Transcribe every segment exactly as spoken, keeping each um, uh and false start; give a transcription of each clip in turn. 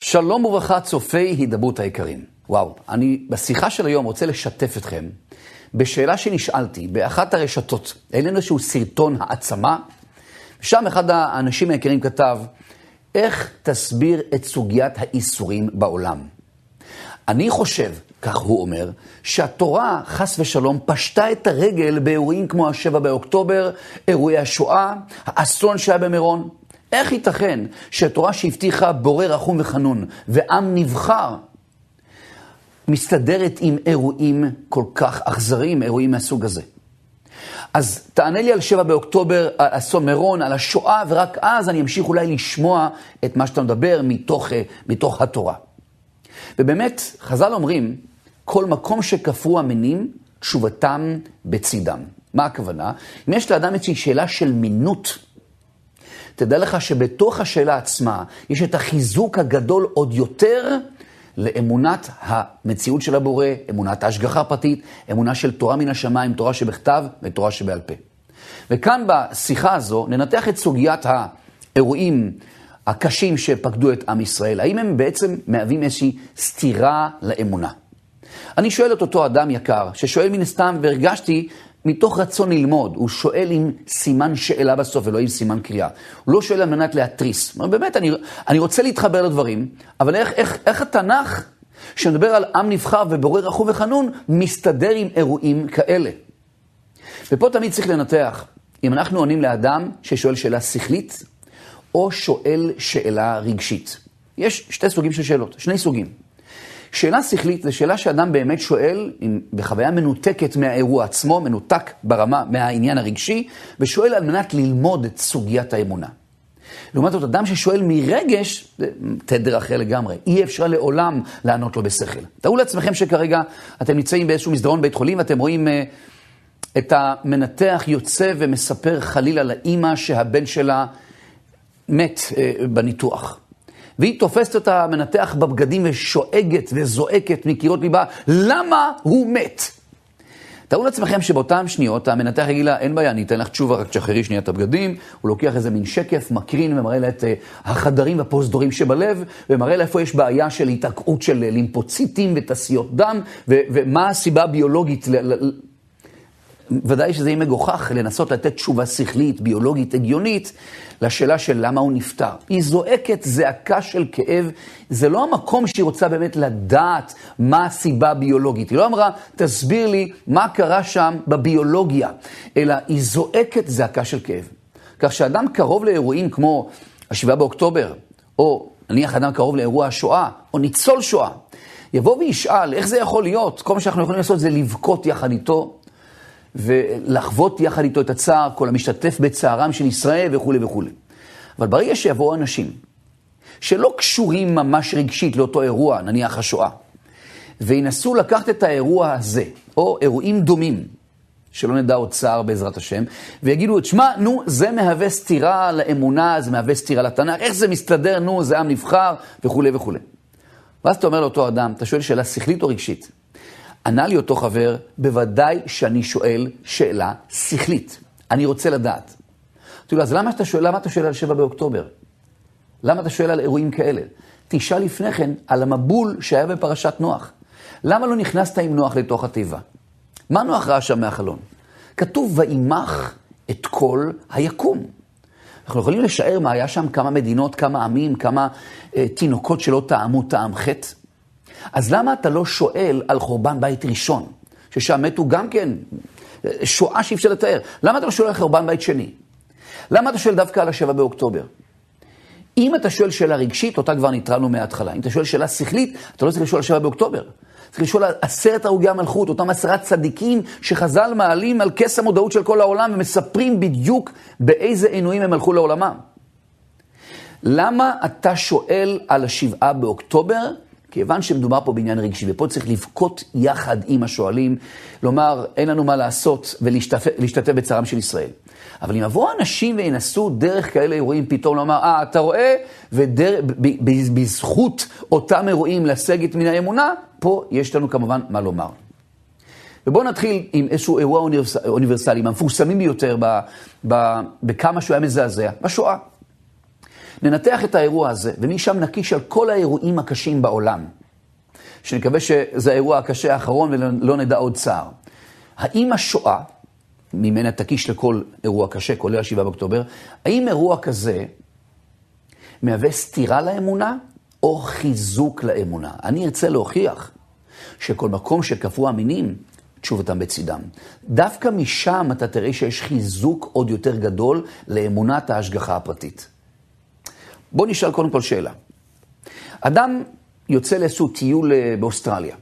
שלום וברכה צופי הידברות היקרים. וואו, אני בשיחה של היום רוצה לשתף אתכם בשאלה שנשאלתי באחת הרשתות. העלינו איזשהו סרטון העצמה, שם אחד האנשים היקרים כתב, איך תסביר את סוגיית האיסורים בעולם? אני חושב, כך הוא אומר, שהתורה חס ושלום פשטה את הרגל באירועים כמו השבע באוקטובר, אירועי השואה, האסון שהיה במירון. איך ייתכן שהתורה שהבטיחה בורא רחום וחנון ועם נבחר מסתדרת עם אירועים כל כך אכזריים, אירועים מהסוג הזה? אז תענה לי על שבע באוקטובר, על אסון מירון, על השואה, ורק אז אני אמשיך אולי לשמוע את מה שאתה מדבר מתוך, מתוך התורה. ובאמת, חז"ל אומרים, כל מקום שכפרו המינים, תשובתם בצידם. מה הכוונה? אם יש לאדם איזושהי שאלה של מינות, תדע לך שבתוך השאלה עצמה יש את החיזוק הגדול עוד יותר לאמונת המציאות של הבורא, אמונת ההשגחה הפרטית, אמונה של תורה מן השמיים, תורה שבכתב ותורה שבעל פה. וכאן בשיחה הזו ננתח את סוגיית האירועים הקשים שפקדו את עם ישראל. האם הם בעצם מהווים איזושהי סתירה לאמונה? אני שואל את אותו אדם יקר, ששואל מן הסתם והרגשתי מתוך רצון ללמוד, הוא שואל עם סימן שאלה בסוף ולא עם סימן קריאה. הוא לא שואל על מנת להתריס. באמת, אני, אני רוצה להתחבר לדברים, אבל איך, איך, איך התנ"ך שמדבר על עם נבחר ובורא רחום וחנון מסתדר עם אירועים כאלה? ופה תמיד צריך לנתח אם אנחנו עונים לאדם ששואל שאלה שכלית או שואל שאלה רגשית. יש שתי סוגים של שאלות, שני סוגים. שאלה שכלית זה שאלה שאדם באמת שואל, בחוויה מנותקת מהאירוע עצמו, מנותק ברמה מהעניין הרגשי, ושואל על מנת ללמוד את סוגיית האמונה. לעומת זאת, אדם ששואל מרגש, זה תדר אחר לגמרי. אי אפשר לעולם לענות לו בשכל. תראו לעצמכם שכרגע אתם נמצאים באיזשהו מסדרון בית חולים, ואתם רואים uh, את המנתח יוצא ומספר חלילה לאמא שהבן שלה מת uh, בניתוח. והיא תופסת את המנתח בבגדים ושואגת וזועקת מקירות ליבה, למה הוא מת? תראו לעצמכם שבאותם שניות המנתח יגיד לה, אין בעיה, אני אתן לך תשובה, רק תשחררי שנייה את הבגדים. הוא לוקח איזה מין שקף, מקרין ומראה לה את החדרים והפרוזדורים שבלב, ומראה לה איפה יש בעיה של התעקעות של לימפוציטים ותעשיות דם, ו- ומה הסיבה הביולוגית. ל- ל- ודאי שזה יהיה מגוחך לנסות לתת תשובה שכלית, ביולוגית, הגיונית, לשאלה של למה הוא נפטר. היא זועקת זעקה של כאב, זה לא המקום שהיא רוצה באמת לדעת מה הסיבה הביולוגית. היא לא אמרה, תסביר לי מה קרה שם בביולוגיה, אלא היא זועקת זעקה של כאב. כך שאדם קרוב לאירועים כמו השבעה באוקטובר, או נניח אדם קרוב לאירוע השואה, או ניצול שואה, יבוא וישאל איך זה יכול להיות. כל מה שאנחנו יכולים לעשות זה לבכות יחד איתו, ולחוות יחד איתו את הצער, כל המשתתף בצערם של ישראל וכו' וכו'. אבל ברגע שיבואו אנשים שלא קשורים ממש רגשית לאותו אירוע, נניח השואה, וינסו לקחת את האירוע הזה, או אירועים דומים, שלא נדע עוד צער בעזרת השם, ויגידו, תשמע, נו, זה מהווה סתירה לאמונה, זה מהווה סתירה לתנ"ך, איך זה מסתדר, נו, זה עם נבחר וכו' וכו'. ואז אתה אומר לאותו אדם, אתה שואל שאלה שכלית או רגשית? ענה לי אותו חבר, בוודאי שאני שואל שאלה שכלית. אני רוצה לדעת. תראו, אז למה אתה שואל, למה אתה שואל על שבע באוקטובר? למה אתה שואל על אירועים כאלה? תשאל לפני כן על המבול שהיה בפרשת נוח. למה לא נכנסת עם נוח לתוך התיבה? מה נוח ראה שם מהחלון? כתוב, ואימך את כל היקום. אנחנו יכולים לשער מה היה שם, כמה מדינות, כמה עמים, כמה אה, תינוקות שלא טעמו טעם חטא. אז למה אתה לא שואל על חורבן בית ראשון, ששם מתו גם כן שואה שאי אפשר לתאר? למה אתה לא שואל על חורבן בית שני? למה אתה שואל דווקא על השבע באוקטובר? אם אתה שואל שאלה רגשית, אותה כבר נטרלנו מההתחלה. אם אתה שואל שאלה שכלית, אתה לא צריך לשאול על שבע באוקטובר. צריך לשאול על עשרת הרוגי המלכות, אותם עשרת צדיקים שחז"ל מעלים על כס המודעות של כל העולם, ומספרים בדיוק באיזה עינויים הם הלכו לעולמם. למה אתה שואל על השבעה באוקטובר? כיוון שמדובר פה בעניין רגשי, ופה צריך לבכות יחד עם השואלים, לומר, אין לנו מה לעשות ולהשתתף בצערם של ישראל. אבל אם יבואו אנשים וינסו דרך כאלה אירועים, פתאום לומר, אה, אתה רואה, ובזכות אותם אירועים לסגת מן האמונה, פה יש לנו כמובן מה לומר. ובואו נתחיל עם איזשהו אירוע אוניברסלי, המפורסמים ביותר ב, ב, בכמה שהוא היה מזעזע, בשואה. ננתח את האירוע הזה, ומשם נקיש על כל האירועים הקשים בעולם. שנקווה שזה האירוע הקשה האחרון ולא נדע עוד צער. האם השואה, ממנה תקיש לכל אירוע קשה, כולל השבעה באוקטובר, האם אירוע כזה מהווה סתירה לאמונה או חיזוק לאמונה? אני ארצה להוכיח שכל מקום שכפרו המינים, תשובתם בצדם. דווקא משם אתה תראה שיש חיזוק עוד יותר גדול לאמונת ההשגחה הפרטית. בוא נשאל קודם כל שאלה. אדם יוצא לאיזשהו טיול באוסטרליה.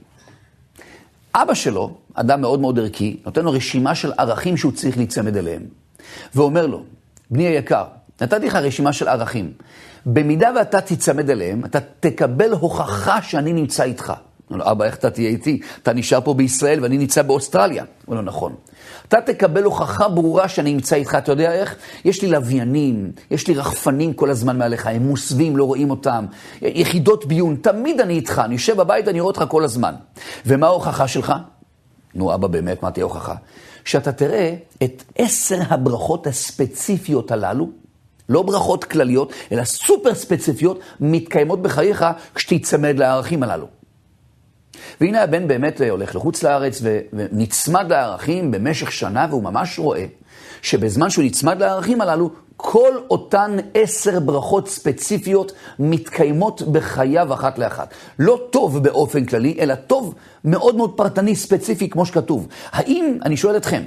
אבא שלו, אדם מאוד מאוד ערכי, נותן לו רשימה של ערכים שהוא צריך להצמד אליהם. ואומר לו, בני היקר, נתתי לך רשימה של ערכים. במידה ואתה תצמד אליהם, אתה תקבל הוכחה שאני נמצא איתך. אומר לו, אבא, איך אתה תהיה איתי? אתה נשאר פה בישראל ואני נמצא באוסטרליה. אומר לו, נכון. אתה תקבל הוכחה ברורה שאני נמצא איתך. אתה יודע איך? יש לי לוויינים, יש לי רחפנים כל הזמן מעליך, הם מוסווים, לא רואים אותם. יחידות ביון, תמיד אני איתך, אני יושב בבית, אני רואה אותך כל הזמן. ומה ההוכחה שלך? נו, אבא, באמת, מה תהיה הוכחה? שאתה תראה את עשר הברכות הספציפיות הללו, לא ברכות כלליות, אלא סופר ספציפיות, מתקיימות בחייך כשתצמד לערכים הללו. והנה הבן באמת הולך לחוץ לארץ ונצמד לערכים במשך שנה, והוא ממש רואה שבזמן שהוא נצמד לערכים הללו, כל אותן עשר ברכות ספציפיות מתקיימות בחייו אחת לאחת. לא טוב באופן כללי, אלא טוב מאוד מאוד פרטני ספציפי כמו שכתוב. האם, אני שואל אתכם,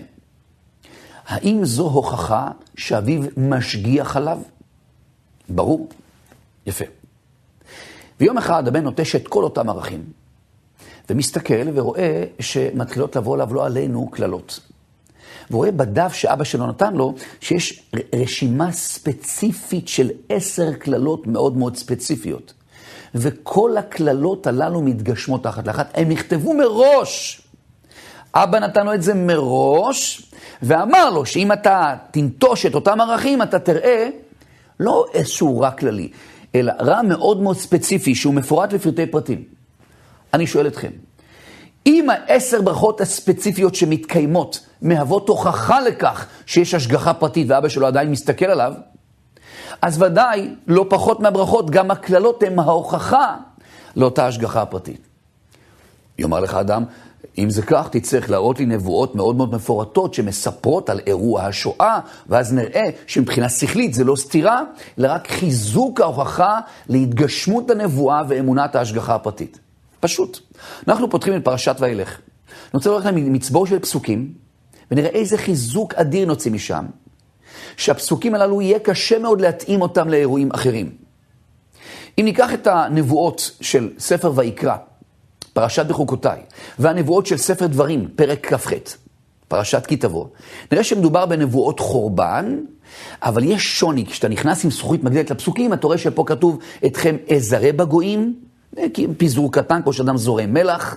האם זו הוכחה שאביו משגיח עליו? ברור. יפה. ויום אחד הבן נוטש את כל אותם ערכים, ומסתכל ורואה שמתחילות לבוא עליו לא עלינו כללות. ורואה בדף שאבא שלו נתן לו, שיש רשימה ספציפית של עשר כללות מאוד מאוד ספציפיות. וכל הכללות הללו מתגשמות אחת לאחת. הם נכתבו מראש. אבא נתן לו את זה מראש, ואמר לו שאם אתה תנטוש את אותם ערכים, אתה תראה לא איזשהו רע כללי, אלא רע מאוד מאוד ספציפי, שהוא מפורט לפרטי פרטים. אני שואל אתכם, אם העשר ברכות הספציפיות שמתקיימות מהוות הוכחה לכך שיש השגחה פרטית ואבא שלו עדיין מסתכל עליו, אז ודאי לא פחות מהברכות, גם הכללות הן ההוכחה לאותה השגחה הפרטית. יאמר לך אדם, אם זה כך, תצטרך להראות לי נבואות מאוד מאוד מפורטות שמספרות על אירוע השואה, ואז נראה שמבחינה שכלית זה לא סתירה, אלא רק חיזוק ההוכחה להתגשמות הנבואה ואמונת ההשגחה הפרטית. פשוט. אנחנו פותחים את פרשת וילך. אני רוצה לראות לכם מצבור של פסוקים, ונראה איזה חיזוק אדיר נוציא משם, שהפסוקים הללו יהיה קשה מאוד להתאים אותם לאירועים אחרים. אם ניקח את הנבואות של ספר ויקרא, פרשת בחוקותיי, והנבואות של ספר דברים, פרק כ"ח, פרשת כי תבוא, נראה שמדובר בנבואות חורבן, אבל יש שוני. כשאתה נכנס עם זכוכית מגדלת לפסוקים, אתה רואה שפה כתוב אתכם עזרי בגויים, פיזור קטן, כמו שאדם זורם מלח,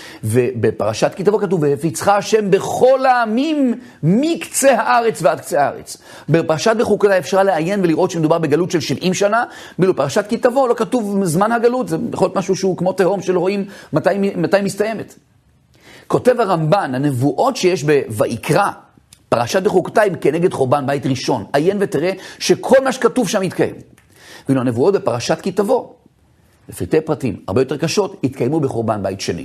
ובפרשת כי תבוא כתוב, והפיצך השם בכל העמים מקצה הארץ ועד קצה הארץ. בפרשת בחוקותיי אפשר לעיין ולראות שמדובר בגלות של שבעים שנה, בפרשת כי תבוא לא כתוב זמן הגלות, זה יכול להיות משהו שהוא כמו תהום שלא רואים מתי, מתי מסתיימת. כותב הרמב"ן, הנבואות שיש בויקרא, פרשת בחוקותיי כנגד חורבן בית ראשון, עיין ותראה שכל מה שכתוב שם יתקיים. ואילו הנבואות בפרשת כי תבוא, לפרטי פרטים הרבה יותר קשות, התקיימו בחורבן בית שני.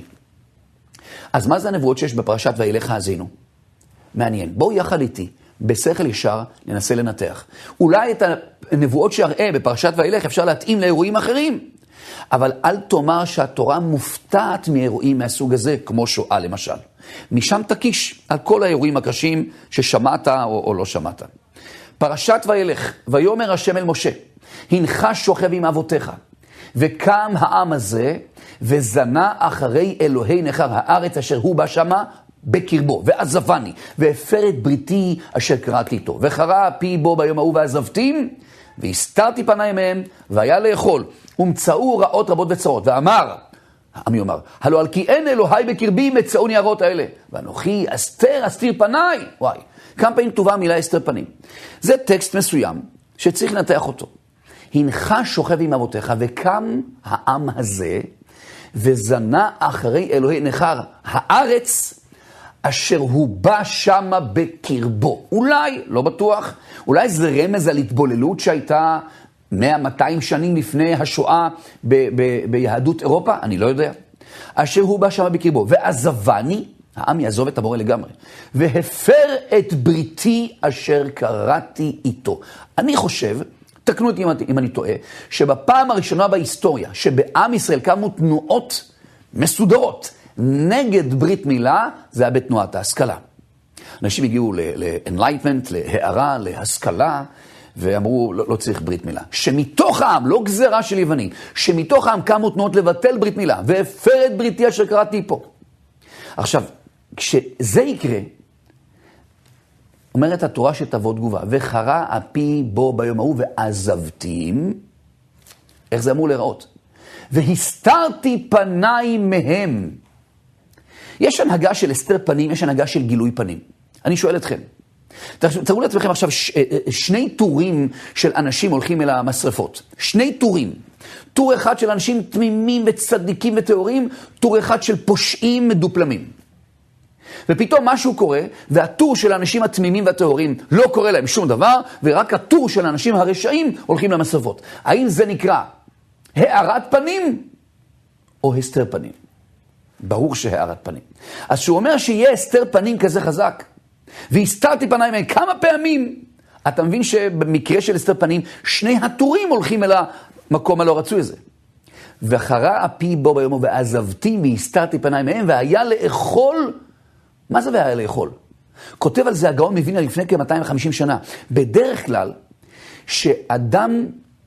אז מה זה הנבואות שיש בפרשת וילך האזינו? מעניין. בואו יחד איתי, בשכל ישר, ננסה לנתח. אולי את הנבואות שאראה בפרשת וילך אפשר להתאים לאירועים אחרים, אבל אל תאמר שהתורה מופתעת מאירועים מהסוג הזה, כמו שואה למשל. משם תקיש על כל האירועים הקשים ששמעת או, או לא שמעת. פרשת וילך, ויאמר השם אל משה, הנך שוכב עם אבותיך, וקם העם הזה, וזנה אחרי אלוהי נחר הארץ אשר הוא בא שמה בקרבו, ועזבני, והפר את בריתי אשר קראתי איתו, וחרה פי בו ביום ההוא ועזבתים, והסתרתי פניי מהם, והיה לאכול, ומצאו רעות רבות וצרות, ואמר, העם יאמר, הלא על כי אין אלוהי בקרבי מצאוני הרעות האלה, ואנוכי אסתר אסתיר פניי, וואי, כמה פעמים טובה המילה אסתר פנים. זה טקסט מסוים שצריך לנתח אותו. הנך שוכב עם אבותיך, וקם העם הזה, וזנה אחרי אלוהי נחר הארץ, אשר הוא בא שמה בקרבו. אולי, לא בטוח, אולי זה רמז על התבוללות שהייתה מאה מאתיים שנים לפני השואה ב- ב- ביהדות אירופה? אני לא יודע. אשר הוא בא שם בקרבו, ועזבני, העם יעזוב את הבורא לגמרי, והפר את בריתי אשר קראתי איתו. אני חושב, תקנו אותי אם אני טועה, שבפעם הראשונה בהיסטוריה, שבעם ישראל קמו תנועות מסודרות נגד ברית מילה, זה היה בתנועת ההשכלה. אנשים הגיעו ל-enlightenment, להערה, להשכלה, ואמרו, לא, לא צריך ברית מילה. שמתוך העם, לא גזרה של יוונים, שמתוך העם קמו תנועות לבטל ברית מילה, והפר את בריתי אשר קראתי פה. עכשיו, כשזה יקרה, אומרת התורה שתבוא תגובה, וחרה אפי בו ביום ההוא ועזבתים, איך זה אמור להיראות? והסתרתי פניי מהם. יש הנהגה של הסתר פנים, יש הנהגה של גילוי פנים. אני שואל אתכם, תראו לעצמכם עכשיו ש, שני טורים של אנשים הולכים אל המשרפות. שני טורים. טור אחד של אנשים תמימים וצדיקים וטהורים, טור אחד של פושעים מדופלמים. ופתאום משהו קורה, והטור של האנשים התמימים והטהורים לא קורה להם שום דבר, ורק הטור של האנשים הרשעים הולכים למשרפות. האם זה נקרא הארת פנים או הסתר פנים? ברור שהארת פנים. אז שהוא אומר שיהיה הסתר פנים כזה חזק, והסתרתי פניי מהם כמה פעמים, אתה מבין שבמקרה של הסתר פנים, שני הטורים הולכים אל המקום הלא רצוי הזה. וחרה אפי בו ביום ועזבתי והסתרתי פניי מהם, והיה לאכול. מה זה והיה לאכול? כותב על זה הגאון מווילנה לפני כ-מאתיים וחמישים שנה. בדרך כלל, שאדם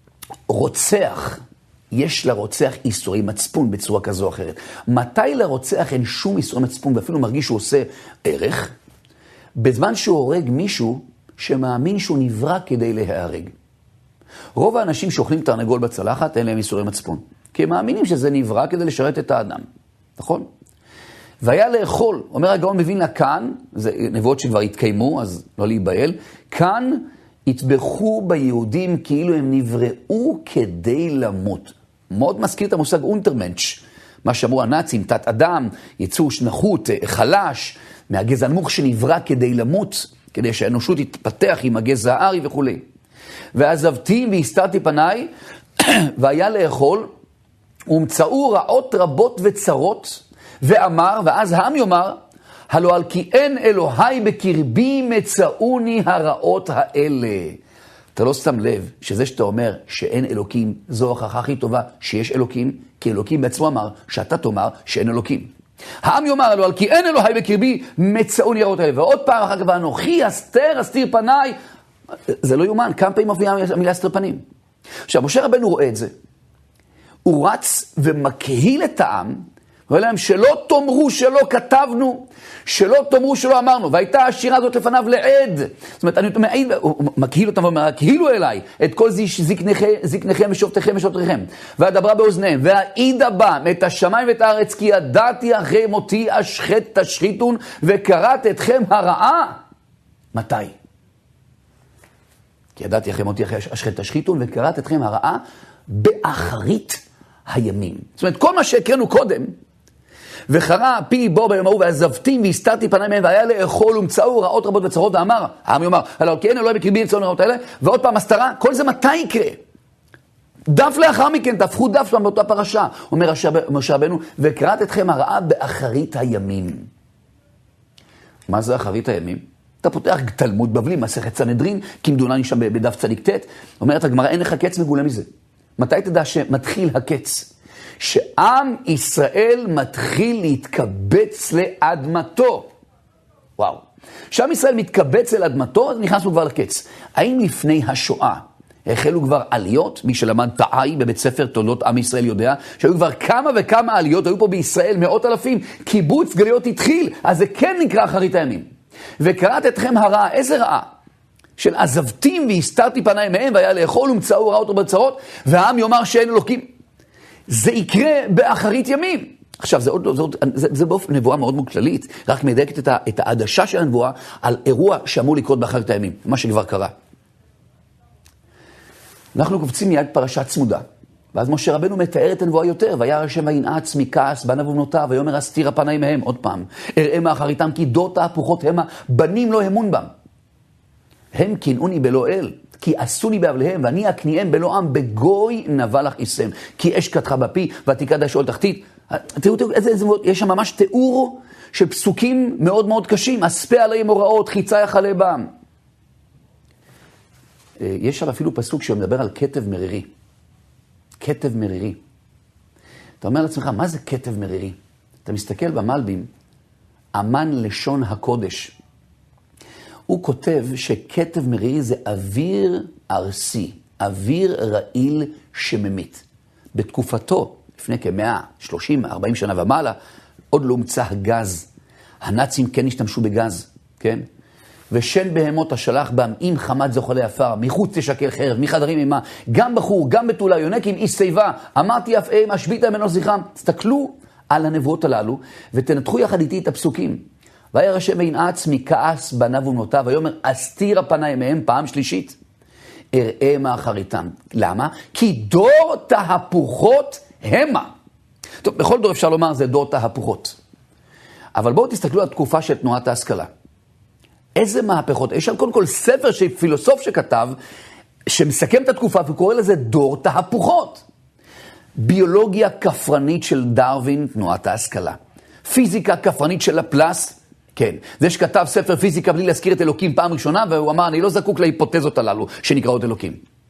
רוצח, יש לרוצח איסורי מצפון בצורה כזו או אחרת. מתי לרוצח אין שום איסורי מצפון, ואפילו מרגיש שהוא עושה ערך? בזמן שהוא הורג מישהו שמאמין שהוא נברא כדי להיהרג. רוב האנשים שאוכלים תרנגול בצלחת, אין להם איסורי מצפון. כי הם מאמינים שזה נברא כדי לשרת את האדם. נכון? והיה לאכול, אומר הגאון מווילנה כאן, זה נבואות שכבר התקיימו, אז לא להיבהל, כאן התבחו ביהודים כאילו הם נבראו כדי למות. מאוד מזכיר את המושג אונטרמנץ', מה שאמרו הנאצים, תת אדם, יצור נחות, חלש, מהגזע הנמוך שנברא כדי למות, כדי שהאנושות תתפתח עם הגזע הארי וכו'. ועזבתי והסתרתי פניי, והיה לאכול, ומצאו רעות רבות וצרות, ואמר, ואז העם יאמר, הלא על כי אין אלוהי בקרבי מצאוני הרעות האלה. אתה לא שם לב שזה שאתה אומר שאין אלוקים, זו ההוכחה הכי טובה שיש אלוקים, כי אלוקים בעצמו אמר שאתה תאמר שאין אלוקים. העם יאמר, הלא על כי אין אלוהי בקרבי מצאוני הרעות האלה. ועוד פעם אחר כך, ואנוכי אסתר אסתיר פניי. זה לא יומן, כמה פעמים מופיעה המילה אסתר פנים. עכשיו, משה רבנו רואה את זה. הוא רץ ומקהיל את העם, ואומר להם שלא תאמרו שלא כתבנו, שלא תאמרו שלא אמרנו, והייתה השירה הזאת לפניו לעד. זאת אומרת, אני מעיד, הוא מקהיל אותם ואומר, קהילו אליי את כל זקניכם ושופטיכם ושופטריכם, והדברה באוזניהם, והעידה בם את השמיים ואת הארץ, כי ידעתי אחרי מותי אשחט תשחיתון, וקראת אתכם הרעה. מתי? כי ידעתי אחרי מותי אשחט תשחיתון, וקראת אתכם הרעה באחרית הימים. זאת אומרת, כל מה שהקראנו קודם, וחרה פי בו ביום ההוא ועזבתים והסתרתי פניי מהם, והיה לאכול ומצאו רעות רבות וצרות, ואמר, העם יאמר, הלא כי אין אלוהי בקרבי מצאוני הרעות האלה, ועוד פעם הסתרה, כל זה מתי יקרה? דף לאחר מכן, תהפכו דף שם באותה פרשה, אומר משה רבנו, וקראת אתכם הרעה באחרית הימים. מה זה אחרית הימים? אתה פותח תלמוד בבלי, מסכת סנהדרין, כמדונני שם בדף צדיק ט', אומרת הגמרא, אין לך קץ מגולה מזה. מתי תדע שמתחיל הקץ? שעם ישראל מתחיל להתקבץ לאדמתו. וואו. שעם ישראל מתקבץ אל אדמתו, אז נכנסנו כבר לקץ. האם לפני השואה החלו כבר עליות? מי שלמד תאי בבית ספר תולדות עם ישראל יודע, שהיו כבר כמה וכמה עליות, היו פה בישראל מאות אלפים, קיבוץ גלויות התחיל, אז זה כן נקרא אחרית הימים. וקראת אתכם הרעה, איזה רעה? של עזבתים והסתרתי פניי מהם, והיה לאכול ומצאו רעות ובצרות, והעם יאמר שאין אלוקים. זה יקרה באחרית ימים. עכשיו, זה, עוד, זה, עוד, זה, זה באופן נבואה מאוד מאוד כללית, רק מדייקת את, את העדשה של הנבואה על אירוע שאמור לקרות באחרית הימים, מה שכבר קרה. אנחנו קופצים מיד פרשה צמודה, ואז משה רבנו מתאר את הנבואה יותר, וירא השם וינעץ מכעס בניו ובנותיו, ויאמר אסתירה פניי מהם, עוד פעם, אראה מאחריתם כי דות תהפוכות המה, בנים לא אמון בם. הם קינאוני בלא אל. כי עשו לי באבליהם, ואני אקניהם בלא עם, בגוי נבל אכיסם. כי אש קדחה בפי, ותיקד השאול תחתית. תראו, תראו, איזה, איזה, יש שם ממש תיאור של פסוקים מאוד מאוד קשים. אספה עליהם הוראות, חיצה יחלה בם. יש שם אפילו פסוק שמדבר על כתב מרירי. כתב מרירי. אתה אומר לעצמך, מה זה כתב מרירי? אתה מסתכל במלבים, אמן לשון הקודש. הוא כותב שכתב מרירי זה אוויר ארסי, אוויר רעיל שממית. בתקופתו, לפני כ-מאה, שלושים, ארבעים שנה ומעלה, עוד לא הומצא הגז. הנאצים כן השתמשו בגז, כן? ושן בהמות השלח בם, אם חמת זוחלי עפר, מחוץ תשקל חרב, מחדרים אימה, גם בחור, גם בתולה, יונק עם איש שיבה, אמרתי אף אם, השביתה ממנו זכרם. תסתכלו על הנבואות הללו, ותנתחו יחד איתי את הפסוקים. וירא השם וינעץ מכעס בניו ובנותיו, ויאמר אסתירה פניי מהם פעם שלישית. אראה מה אחריתם. למה? כי דור תהפוכות המה. טוב, בכל דור אפשר לומר זה דור תהפוכות. אבל בואו תסתכלו על התקופה של תנועת ההשכלה. איזה מהפכות? יש שם קודם כל ספר של פילוסוף שכתב, שמסכם את התקופה וקורא לזה דור תהפוכות. ביולוגיה כפרנית של דרווין, תנועת ההשכלה. פיזיקה כפרנית של לפלס, כן. זה שכתב ספר פיזיקה בלי להזכיר את אלוקים פעם ראשונה, והוא אמר, אני לא זקוק להיפותזות הללו שנקראות אלוקים.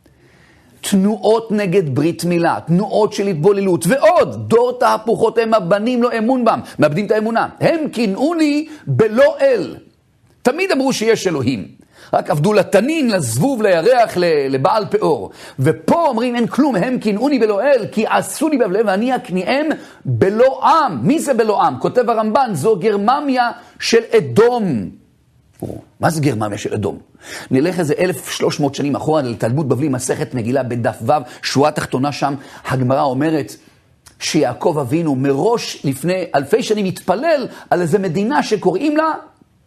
תנועות נגד ברית מילה, תנועות של התבוללות, ועוד, דור תהפוכות הם הבנים לא אמון בם, מאבדים את האמונה. הם קינאו לי בלא אל. תמיד אמרו שיש אלוהים. רק עבדו לתנין, לזבוב, לירח, לבעל פאור. ופה אומרים אין כלום, הם קינאוני בלא אל, כי עשו לי באבליהם ואני אקניהם בלא עם. מי זה בלא עם? כותב הרמב"ן, זו גרמניה של אדום. מה זה גרמניה של אדום? נלך איזה אלף ושלוש מאות שנים אחורה לתלמוד בבלי, מסכת מגילה בדף ו', שורה תחתונה שם, הגמרא אומרת שיעקב אבינו מראש לפני אלפי שנים התפלל על איזה מדינה שקוראים לה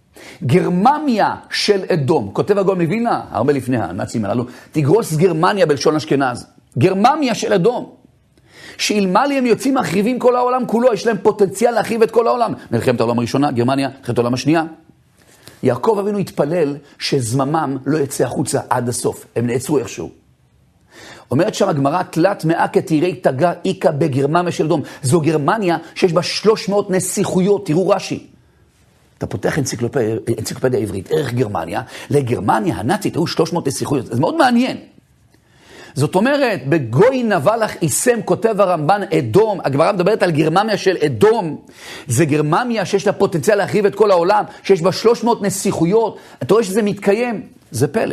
גרמניה של אדום. כותב הגאון מווילנה, הרבה לפני הנאצים הללו, תגרוס גרמניה בלשון אשכנז. גרמניה של אדום. שאלמלא הם יוצאים מחריבים כל העולם כולו, יש להם פוטנציאל להחריב את כל העולם. מלחמת העולם הראשונה, גרמניה, מלחמת העולם השנייה. יעקב אבינו התפלל שזממם לא יצא החוצה עד הסוף. הם נעצרו איכשהו. אומרת שם הגמרא, תלת מאה כתירי תגה איקה בגרמניה של אדום. זו גרמניה שיש בה שלוש מאות נסיכויות, תראו רש"י. אתה פותח אנציקלופדיה, אנציקלופדיה עברית, ערך גרמניה, לגרמניה הנאצית היו שלוש מאות נסיכויות. זה מאוד מעניין. זאת אומרת, בגוי נבל אכיסם כותב הרמב"ן אדום, הגמרא מדברת על גרמניה של אדום, זה גרמניה שיש לה פוטנציאל להחריב את כל העולם, שיש בה שלוש מאות נסיכויות, אתה רואה שזה מתקיים, זה פלא.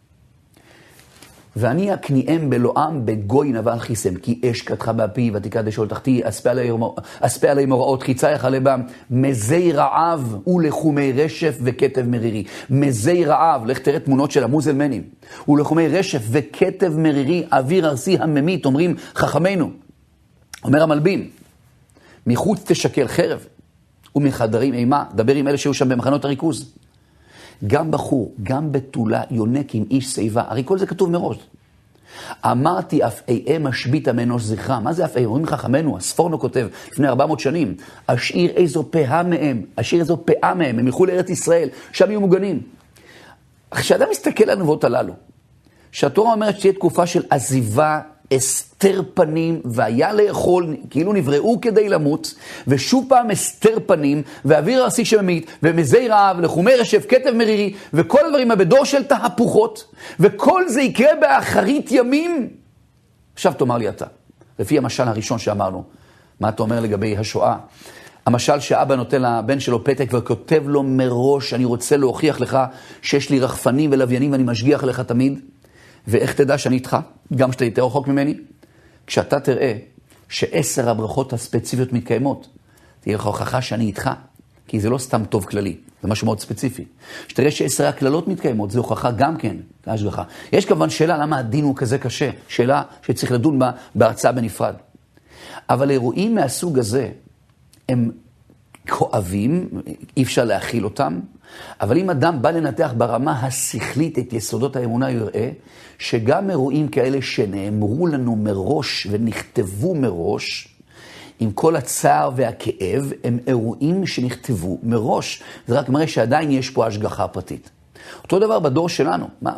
ואני אקניהם בלועם בגוי נבל אכיסם, כי אש קדחה באפי ותיקד השאול תחתי, אספה עליהם הוראות, חיצה יחלה בם, מזי רעב ולחומי רשף וכתב מרירי. מזי רעב, לך תראה תמונות של המוזלמנים, ולחומי רשף וכתב מרירי, אוויר ארסי הממית, אומרים חכמינו. אומר המלבים, מחוץ תשקל חרב, ומחדרים אימה, דבר עם אלה שהיו שם במחנות הריכוז. גם בחור, גם בתולה, יונק עם איש שיבה. הרי כל זה כתוב מראש. אמרתי אף איים השביתה מאנוש זכרה. מה זה אף איים? אומרים חכמנו, הספורנו כותב, לפני ארבע מאות שנים. אשאיר איזו פאה מהם, אשאיר איזו פאה מהם, הם ילכו לארץ ישראל, שם יהיו מוגנים. כשאדם מסתכל על הנבואות הללו, שהתורה אומרת שתהיה תקופה של עזיבה, אסתר פנים, והיה לאכול, כאילו נבראו כדי למות, ושוב פעם אסתר פנים, ואוויר ארסי שממית, ומזי רעב, לחומי רשף, כתב מרירי, וכל הדברים בדור של תהפוכות, וכל זה יקרה באחרית ימים. עכשיו תאמר לי אתה, לפי המשל הראשון שאמרנו, מה אתה אומר לגבי השואה? המשל שאבא נותן לבן שלו פתק וכותב לו מראש, אני רוצה להוכיח לך שיש לי רחפנים ולוויינים ואני משגיח לך תמיד, ואיך תדע שאני איתך, גם שאתה יותר רחוק ממני? כשאתה תראה שעשר הברכות הספציפיות מתקיימות, תהיה לך הוכחה שאני איתך, כי זה לא סתם טוב כללי, זה משהו מאוד ספציפי. שתראה שעשר הכללות מתקיימות, זה הוכחה גם כן, להשגחה. יש כמובן שאלה למה הדין הוא כזה קשה, שאלה שצריך לדון בה בהרצאה בנפרד. אבל אירועים מהסוג הזה, הם כואבים, אי אפשר להכיל אותם, אבל אם אדם בא לנתח ברמה השכלית את יסודות האמונה, יראה שגם אירועים כאלה שנאמרו לנו מראש ונכתבו מראש, עם כל הצער והכאב, הם אירועים שנכתבו מראש. זה רק מראה שעדיין יש פה השגחה פרטית. אותו דבר בדור שלנו. מה?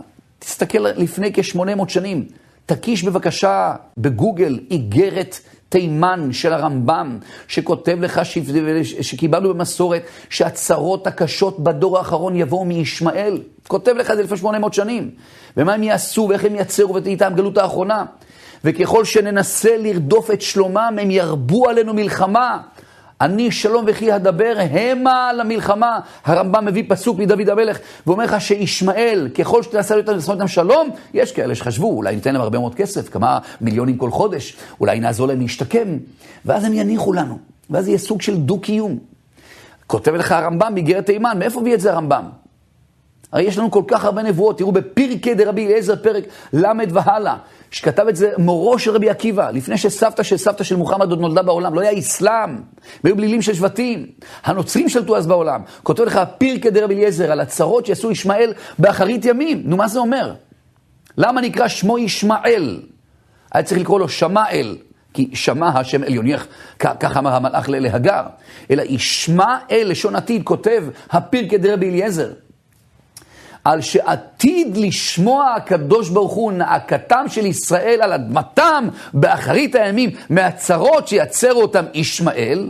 תסתכל לפני כ-שמונה מאות שנים, תקיש בבקשה בגוגל איגרת תימן של הרמב"ם, שכותב לך שקיבלנו במסורת שהצרות הקשות בדור האחרון יבואו מישמעאל. כותב לך את זה לפני שמונה מאות שנים. ומה הם יעשו ואיך הם יצרו ותהייתם גלות האחרונה. וככל שננסה לרדוף את שלומם, הם ירבו עלינו מלחמה. אני שלום וכי הדבר המה למלחמה. הרמב"ם מביא פסוק מדוד המלך, ואומר לך שישמעאל, ככל שתנסה איתם שלום, יש כאלה שחשבו, אולי ניתן להם הרבה מאוד כסף, כמה מיליונים כל חודש, אולי נעזור להם להשתקם, ואז הם יניחו לנו, ואז יהיה סוג של דו-קיום. כותב לך הרמב"ם באיגרת תימן, מאיפה הביא את זה הרמב"ם? הרי יש לנו כל כך הרבה נבואות, תראו בפרקי דרבי אליעזר פרק למד והלאה, שכתב את זה מורו של רבי עקיבא, לפני שסבתא של סבתא של מוחמד עוד נולדה בעולם, לא היה איסלאם, והיו בלילים של שבטים, הנוצרים שלטו אז בעולם. כותב לך פרקי דרבי אליעזר על הצרות שעשו ישמעאל באחרית ימים. נו, מה זה אומר? למה נקרא שמו ישמעאל? היה צריך לקרוא לו שמעאל, כי שמע השם עליון, ככה אמר המלאך להגר, אלא ישמעאל לשון עתיד, כותב הפרקי דרבי אליעזר, על שעתיד לשמוע הקדוש ברוך הוא נאקתם של ישראל על אדמתם באחרית הימים מהצרות שיצרו אותם ישמעאל,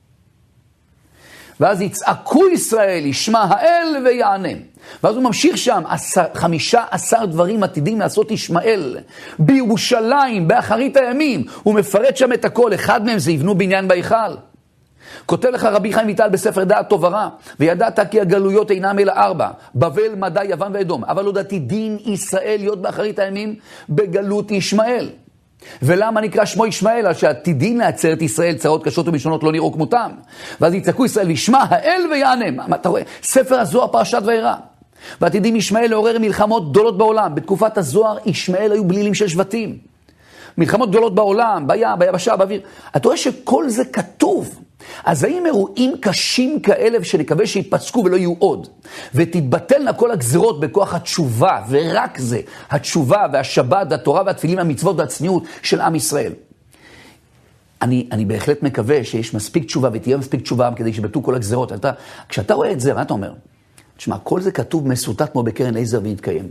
ואז יצעקו ישראל ישמע האל ויענה. ואז הוא ממשיך שם, עשר, חמישה עשר דברים עתידים לעשות ישמעאל בירושלים באחרית הימים. הוא מפרט שם את הכל, אחד מהם זה יבנו בניין בהיכל. כותב לך רבי חיים ויטל בספר דעת טוב ורע, וידעת כי הגלויות אינם אלא ארבע, בבל, מדי, יוון ואדום, אבל עוד עתידין ישראל להיות באחרית הימים בגלות ישמעאל. ולמה נקרא שמו ישמעאל? על שעתידין לעצר את ישראל צרות קשות ומשונות לא נראו כמותם. ואז יצעקו ישראל וישמע האל ויענה. מה, מה אתה רואה? ספר הזוהר פרשת וירא. ועתידים ישמעאל לעורר מלחמות גדולות בעולם. בתקופת הזוהר ישמעאל היו בלילים של שבטים. מלחמות גדולות בעולם, בים, ביבשה, באוויר. אתה רואה שכל זה כתוב. אז האם אירועים קשים כאלה שנקווה שיפסקו ולא יהיו עוד, ותתבטלנה כל הגזרות בכוח התשובה, ורק זה, התשובה והשבת, התורה והתפילים, המצוות והצניעות של עם ישראל. אני, אני בהחלט מקווה שיש מספיק תשובה, ותהיה מספיק תשובה כדי שבטו כל הגזרות. אתה, כשאתה רואה את זה, מה אתה אומר? תשמע, כל זה כתוב מסוטט כמו בקרן עזר והתקיים.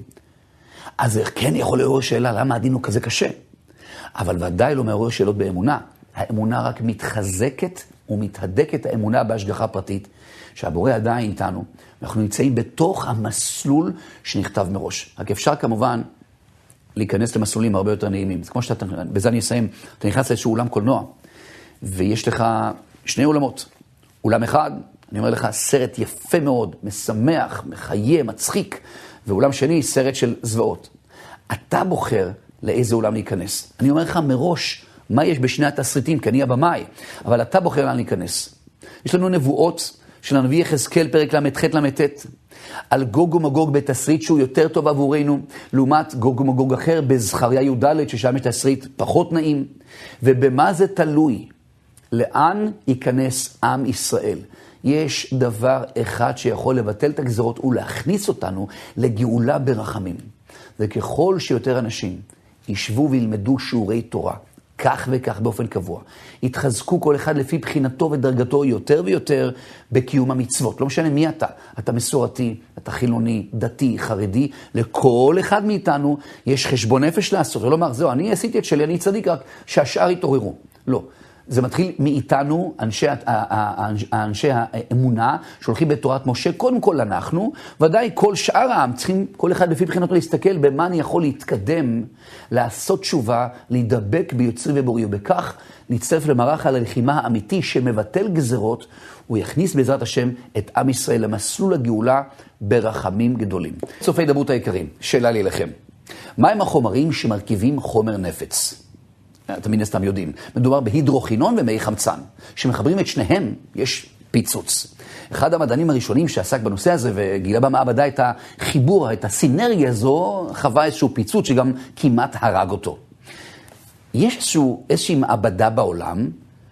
אז זה כן יכול לעורר שאלה, למה הדין הוא כזה קשה? אבל ודאי לא מעורר שאלות באמונה. האמונה רק מתחזקת ומתהדקת האמונה בהשגחה פרטית, שהבורא עדיין איתנו. אנחנו נמצאים בתוך המסלול שנכתב מראש. רק אפשר כמובן להיכנס למסלולים הרבה יותר נעימים. זה כמו שאתה, בזה אני אסיים, אתה נכנס לאיזשהו אולם קולנוע, ויש לך שני אולמות. אולם אחד, אני אומר לך, סרט יפה מאוד, משמח, מחיה, מצחיק, ואולם שני, סרט של זוועות. אתה בוחר לאיזה אולם להיכנס. אני אומר לך מראש, מה יש בשני התסריטים, כי אני הבמאי, אבל אתה בוחר לאן להיכנס. יש לנו נבואות של הנביא יחזקאל פרק למ"ח למ"ט, על גוג ומגוג בתסריט שהוא יותר טוב עבורנו, לעומת גוג ומגוג אחר בזכריה י"ד, ששם יש תסריט פחות נעים. ובמה זה תלוי? לאן ייכנס עם ישראל? יש דבר אחד שיכול לבטל את הגזרות ולהכניס אותנו לגאולה ברחמים. וככל שיותר אנשים ישבו וילמדו שיעורי תורה, כך וכך באופן קבוע, יתחזקו כל אחד לפי בחינתו ודרגתו יותר ויותר בקיום המצוות. לא משנה מי אתה, אתה מסורתי, אתה חילוני, דתי, חרדי, לכל אחד מאיתנו יש חשבון נפש לעשות, ולא אומר, זהו, אני עשיתי את שלי, אני צדיק, רק שהשאר יתעוררו. לא. זה מתחיל מאיתנו, אנשי, אנשי האמונה, שהולכים בתורת משה, קודם כל אנחנו, ודאי כל שאר העם צריכים, כל אחד לפי בחינתו להסתכל במה אני יכול להתקדם, לעשות תשובה, להידבק ביוצרי ובורי, ובכך נצטרף למערך על הלחימה האמיתי שמבטל גזרות, הוא יכניס בעזרת השם את עם ישראל למסלול הגאולה ברחמים גדולים. צופי דברות היקרים, שאלה לי לכם. מהם החומרים שמרכיבים חומר נפץ? אתם מן הסתם יודעים. מדובר בהידרוכינון ומי חמצן. שמחברים את שניהם, יש פיצוץ. אחד המדענים הראשונים שעסק בנושא הזה וגילה במעבדה את החיבור, את הסינרגיה הזו, חווה איזשהו פיצוץ שגם כמעט הרג אותו. יש איזשהו, איזושהי מעבדה בעולם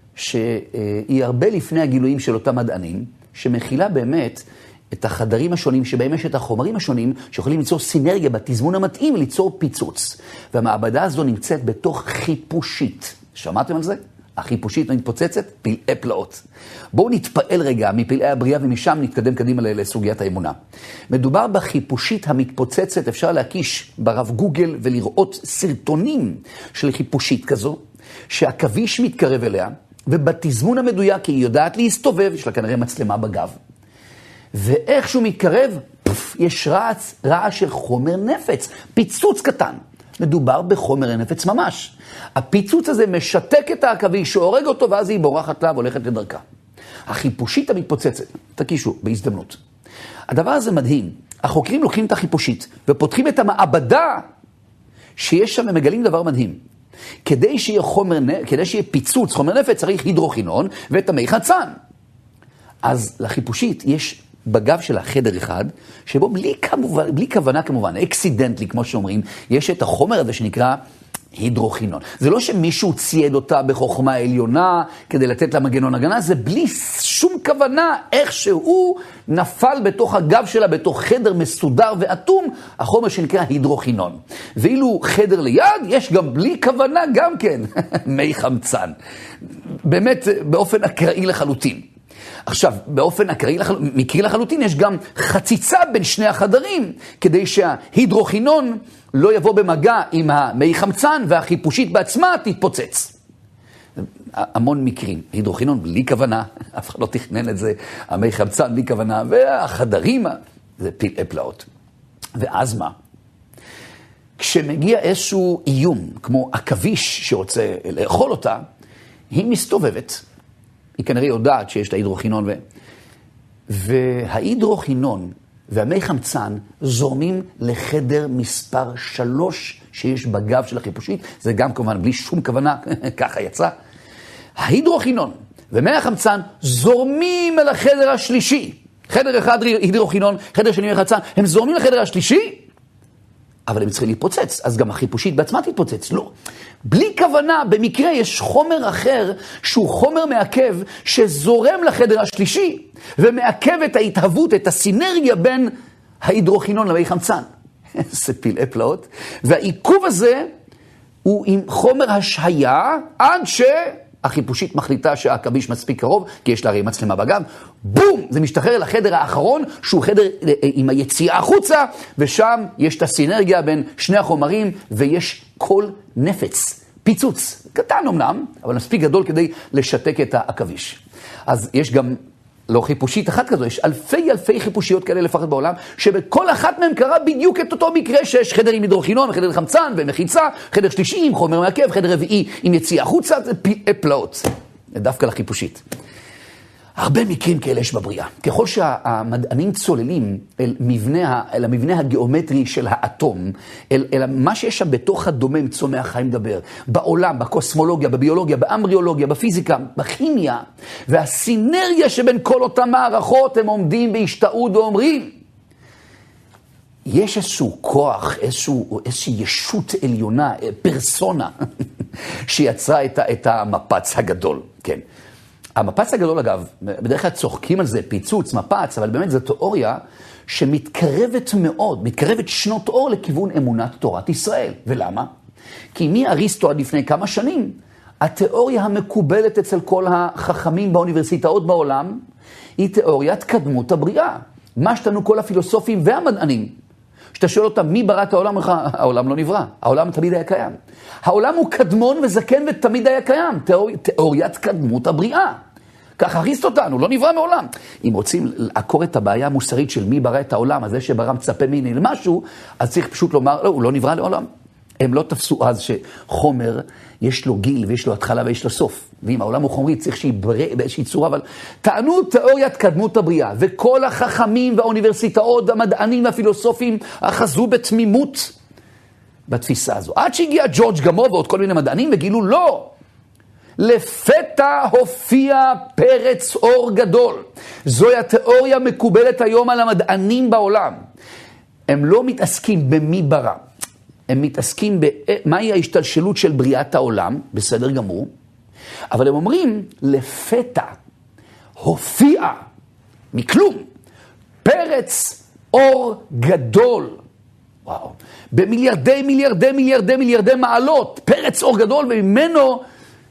שהיא הרבה לפני הגילויים של אותם מדענים, שמכילה באמת את החדרים השונים שבהם יש את החומרים השונים שיכולים ליצור סינרגיה בתזמון המתאים ליצור פיצוץ. והמעבדה הזו נמצאת בתוך חיפושית. שמעתם על זה? החיפושית מתפוצצת, פלאי פלאות. בואו נתפעל רגע מפלאי הבריאה ומשם נתקדם קדימה לסוגיית האמונה. מדובר בחיפושית המתפוצצת, אפשר להקיש ברב גוגל ולראות סרטונים של חיפושית כזו, שהכביש מתקרב אליה, ובתזמון המדויק היא יודעת להסתובב, יש לה כנראה מצלמה בגב. ואיך שהוא מתקרב, פף, יש רעש, רעש של חומר נפץ, פיצוץ קטן. מדובר בחומר נפץ ממש. הפיצוץ הזה משתק את העכביש, שהורג אותו, ואז היא בורחת לה והולכת לדרכה. החיפושית המתפוצצת, תקישו, בהזדמנות. הדבר הזה מדהים. החוקרים לוקחים את החיפושית, ופותחים את המעבדה, שיש שם ומגלים דבר מדהים. כדי שיהיה חומר, כדי שיהיה פיצוץ, חומר נפץ, צריך הידרוכינון ואת המי חמצן. אז לחיפושית יש בגב של החדר אחד, שבו בלי, כמובן, בלי כוונה כמובן, אקסידנטלי כמו שאומרים, יש את החומר הזה שנקרא הידרוכינון. זה לא שמישהו צייד אותה בחוכמה העליונה כדי לתת לה מגנון הגנה, זה בלי שום כוונה, איך שהוא נפל בתוך הגב שלה, בתוך חדר מסודר ואטום, החומר שנקרא הידרוכינון. ואילו חדר ליד, יש גם בלי כוונה גם כן, מי חמצן. באמת באופן אקראי לחלוטין. עכשיו, באופן אקראי, מקרי לחלוטין, יש גם חציצה בין שני החדרים, כדי שההידרוכינון לא יבוא במגע עם המי חמצן, והחיפושית בעצמה תתפוצץ. המון מקרים. הידרוכינון בלי כוונה, אף אחד לא תכנן את זה, המי חמצן בלי כוונה, והחדרים, זה פלאי פלאות. ואז מה? כשמגיע איזשהו איום, כמו עכביש שרוצה לאכול אותה, היא מסתובבת, היא כנראה יודעת שיש לה הידרוכינון, ו... וההידרוכינון והמי חמצן זורמים לחדר מספר שלוש שיש בגב של החיפושית, זה גם כמובן בלי שום כוונה, ככה יצא. ההידרוכינון ומי החמצן זורמים אל החדר השלישי. חדר אחד הידרוכינון, חדר שני מי חמצן, הם זורמים לחדר השלישי, אבל הם צריכים להתפוצץ, אז גם החיפושית בעצמה תתפוצץ. לא. בלי כוונה, במקרה יש חומר אחר, שהוא חומר מעכב, שזורם לחדר השלישי, ומעכב את ההתהוות, את הסינרגיה בין ההידרוכינון למי חמצן. זה פלאי פלאות. והעיכוב הזה, הוא עם חומר השהיה, עד שהחיפושית מחליטה שהעכביש מספיק קרוב, כי יש לה הרי מצלמה בגב, בום! זה משתחרר לחדר האחרון, שהוא חדר עם היציאה החוצה, ושם יש את הסינרגיה בין שני החומרים, ויש כל נפץ, פיצוץ, קטן אמנם, אבל מספיק גדול כדי לשתק את העכביש. אז יש גם, לא חיפושית אחת כזו, יש אלפי אלפי חיפושיות כאלה לפחות בעולם, שבכל אחת מהם קרה בדיוק את אותו מקרה, שיש חדר עם הידרוכינון, חדר חמצן ומחיצה, חדר שלישי עם חומר מעכב, חדר רביעי עם יציאה החוצה, זה פלאי פלאות. דווקא לחיפושית. הרבה מקרים כאלה יש בבריאה. ככל שהמדענים צוללים אל מבנה, אל המבנה הגיאומטרי של האטום, אל, אל מה שיש שם בתוך הדומם צומח חיים דבר, בעולם, בקוסמולוגיה, בביולוגיה, באמבריולוגיה, בפיזיקה, בכימיה, והסינרגיה שבין כל אותם מערכות הם עומדים בהשתאות ואומרים, יש איזשהו כוח, איזשהו, איזושהי ישות עליונה, פרסונה, שיצרה את, את המפץ הגדול, כן. המפץ הגדול, אגב, בדרך כלל צוחקים על זה, פיצוץ, מפץ, אבל באמת זו תיאוריה שמתקרבת מאוד, מתקרבת שנות אור לכיוון אמונת תורת ישראל. ולמה? כי מאריסטו עד לפני כמה שנים, התיאוריה המקובלת אצל כל החכמים באוניברסיטאות בעולם, היא תיאוריית קדמות הבריאה. מה שתנו כל הפילוסופים והמדענים. שאתה שואל אותם, מי ברא את העולם? העולם לא נברא, העולם תמיד היה קיים. העולם הוא קדמון וזקן ותמיד היה קיים, תיאור... תיאוריית קדמות הבריאה. ככה הכניסת אותנו, לא נברא מעולם. אם רוצים לעקור את הבעיה המוסרית של מי ברא את העולם, אז זה שברא מצפה מיני למשהו, אז צריך פשוט לומר, לא, הוא לא נברא לעולם. הם לא תפסו אז שחומר יש לו גיל ויש לו התחלה ויש לו סוף. ואם העולם הוא חומרי צריך שיברא באיזושהי צורה, אבל טענו תיאוריית קדמות הבריאה, וכל החכמים והאוניברסיטאות והמדענים והפילוסופים אחזו בתמימות בתפיסה הזו. עד שהגיע ג'ורג' גמו ועוד כל מיני מדענים וגילו לא. לפתע הופיע פרץ אור גדול. זוהי התיאוריה מקובלת היום על המדענים בעולם. הם לא מתעסקים במי ברא. הם מתעסקים במהי ההשתלשלות של בריאת העולם, בסדר גמור, אבל הם אומרים, לפתע הופיע מכלום פרץ אור גדול. וואו. במיליארדי מיליארדי מיליארדי מיליארדי מעלות, פרץ אור גדול, וממנו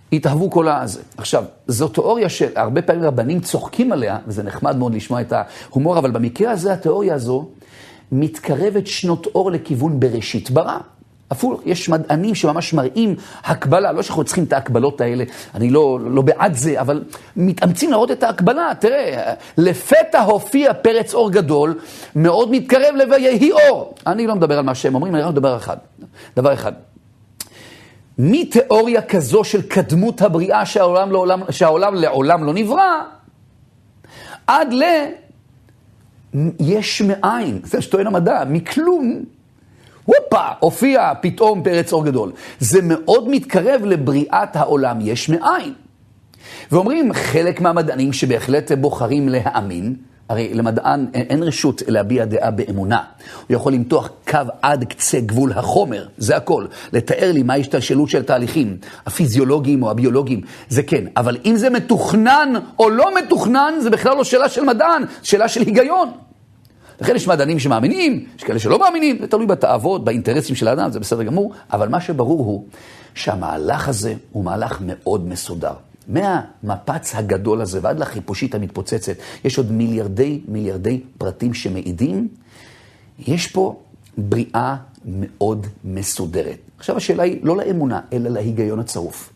התאהבו כל הזה. עכשיו, זו תיאוריה שהרבה פעמים רבנים צוחקים עליה, וזה נחמד מאוד לשמוע את ההומור, אבל במקרה הזה התיאוריה הזו מתקרבת שנות אור לכיוון בראשית ברא. אפילו יש מדענים שממש מראים הקבלה, לא שאנחנו צריכים את ההקבלות האלה, אני לא, לא בעד זה, אבל מתאמצים לראות את ההקבלה. תראה, לפתע הופיע פרץ אור גדול, מאוד מתקרב לויהי אור. אני לא מדבר על מה שהם אומרים, אני רק מדבר אחד. דבר אחד. מתיאוריה כזו של קדמות הבריאה שהעולם לעולם, שהעולם לעולם לא נברא, עד ל... יש מאין, זה שטוען המדע, מכלום, הופה, הופיע פתאום פרץ אור גדול. זה מאוד מתקרב לבריאת העולם יש מאין. ואומרים חלק מהמדענים שבהחלט בוחרים להאמין, הרי למדען אין רשות להביע דעה באמונה. הוא יכול למתוח קו עד קצה גבול החומר, זה הכל. לתאר לי מה ההשתלשלות של תהליכים, הפיזיולוגיים או הביולוגיים, זה כן. אבל אם זה מתוכנן או לא מתוכנן, זה בכלל לא שאלה של מדען, שאלה של היגיון. לכן יש מדענים שמאמינים, יש כאלה שלא מאמינים, זה תלוי בתאוות, באינטרסים של האדם, זה בסדר גמור. אבל מה שברור הוא שהמהלך הזה הוא מהלך מאוד מסודר. מהמפץ הגדול הזה ועד לחיפושית המתפוצצת, יש עוד מיליארדי מיליארדי פרטים שמעידים, יש פה בריאה מאוד מסודרת. עכשיו השאלה היא לא לאמונה, אלא להיגיון הצרוף.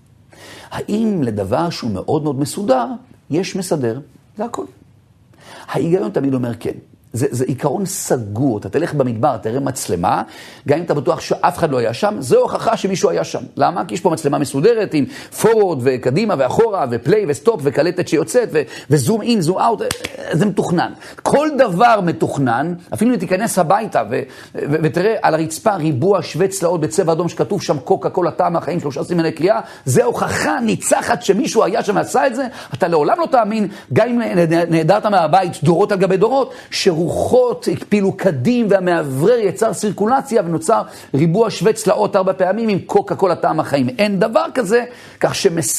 האם לדבר שהוא מאוד מאוד מסודר, יש מסדר? זה הכל. ההיגיון תמיד אומר כן. זה, זה עיקרון סגור, אתה תלך במדבר, תראה מצלמה, גם אם אתה בטוח שאף אחד לא היה שם, זה הוכחה שמישהו היה שם. למה? כי יש פה מצלמה מסודרת עם פורוורד וקדימה ואחורה ופליי וסטופ וקלטת שיוצאת ו- וזום אין, זום אאוט, זה מתוכנן. כל דבר מתוכנן, אפילו אם תיכנס הביתה ו- ו- ותראה על הרצפה ריבוע שווה צלעות בצבע אדום שכתוב שם קוקה קולה טעם החיים שלושה סימני קריאה, זה הוכחה ניצחת שמישהו היה שם ועשה את זה, אתה לעולם לא תאמין, גם אם נהדרת מהבית דורות על גבי דורות, רוחות הקפילו קדים והמעברר יצר סירקולציה ונוצר ריבוע שווה צלעות ארבע פעמים עם קוקה קולה טעם החיים. אין דבר כזה, כך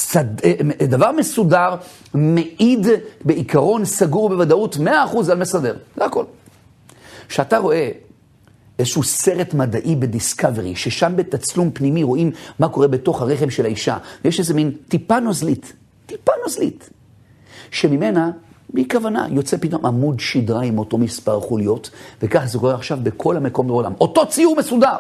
שדבר מסודר מעיד בעיקרון סגור בוודאות מאה אחוז על מסדר. זה הכל. שאתה רואה איזשהו סרט מדעי בדיסקאברי, ששם בתצלום פנימי רואים מה קורה בתוך הרחם של האישה, ויש איזה מין טיפה נוזלית, טיפה נוזלית, שממנה בלי כוונה, יוצא פתאום עמוד שדרה עם אותו מספר חוליות, וכך זה קורה עכשיו בכל המקום בעולם. אותו ציור מסודר.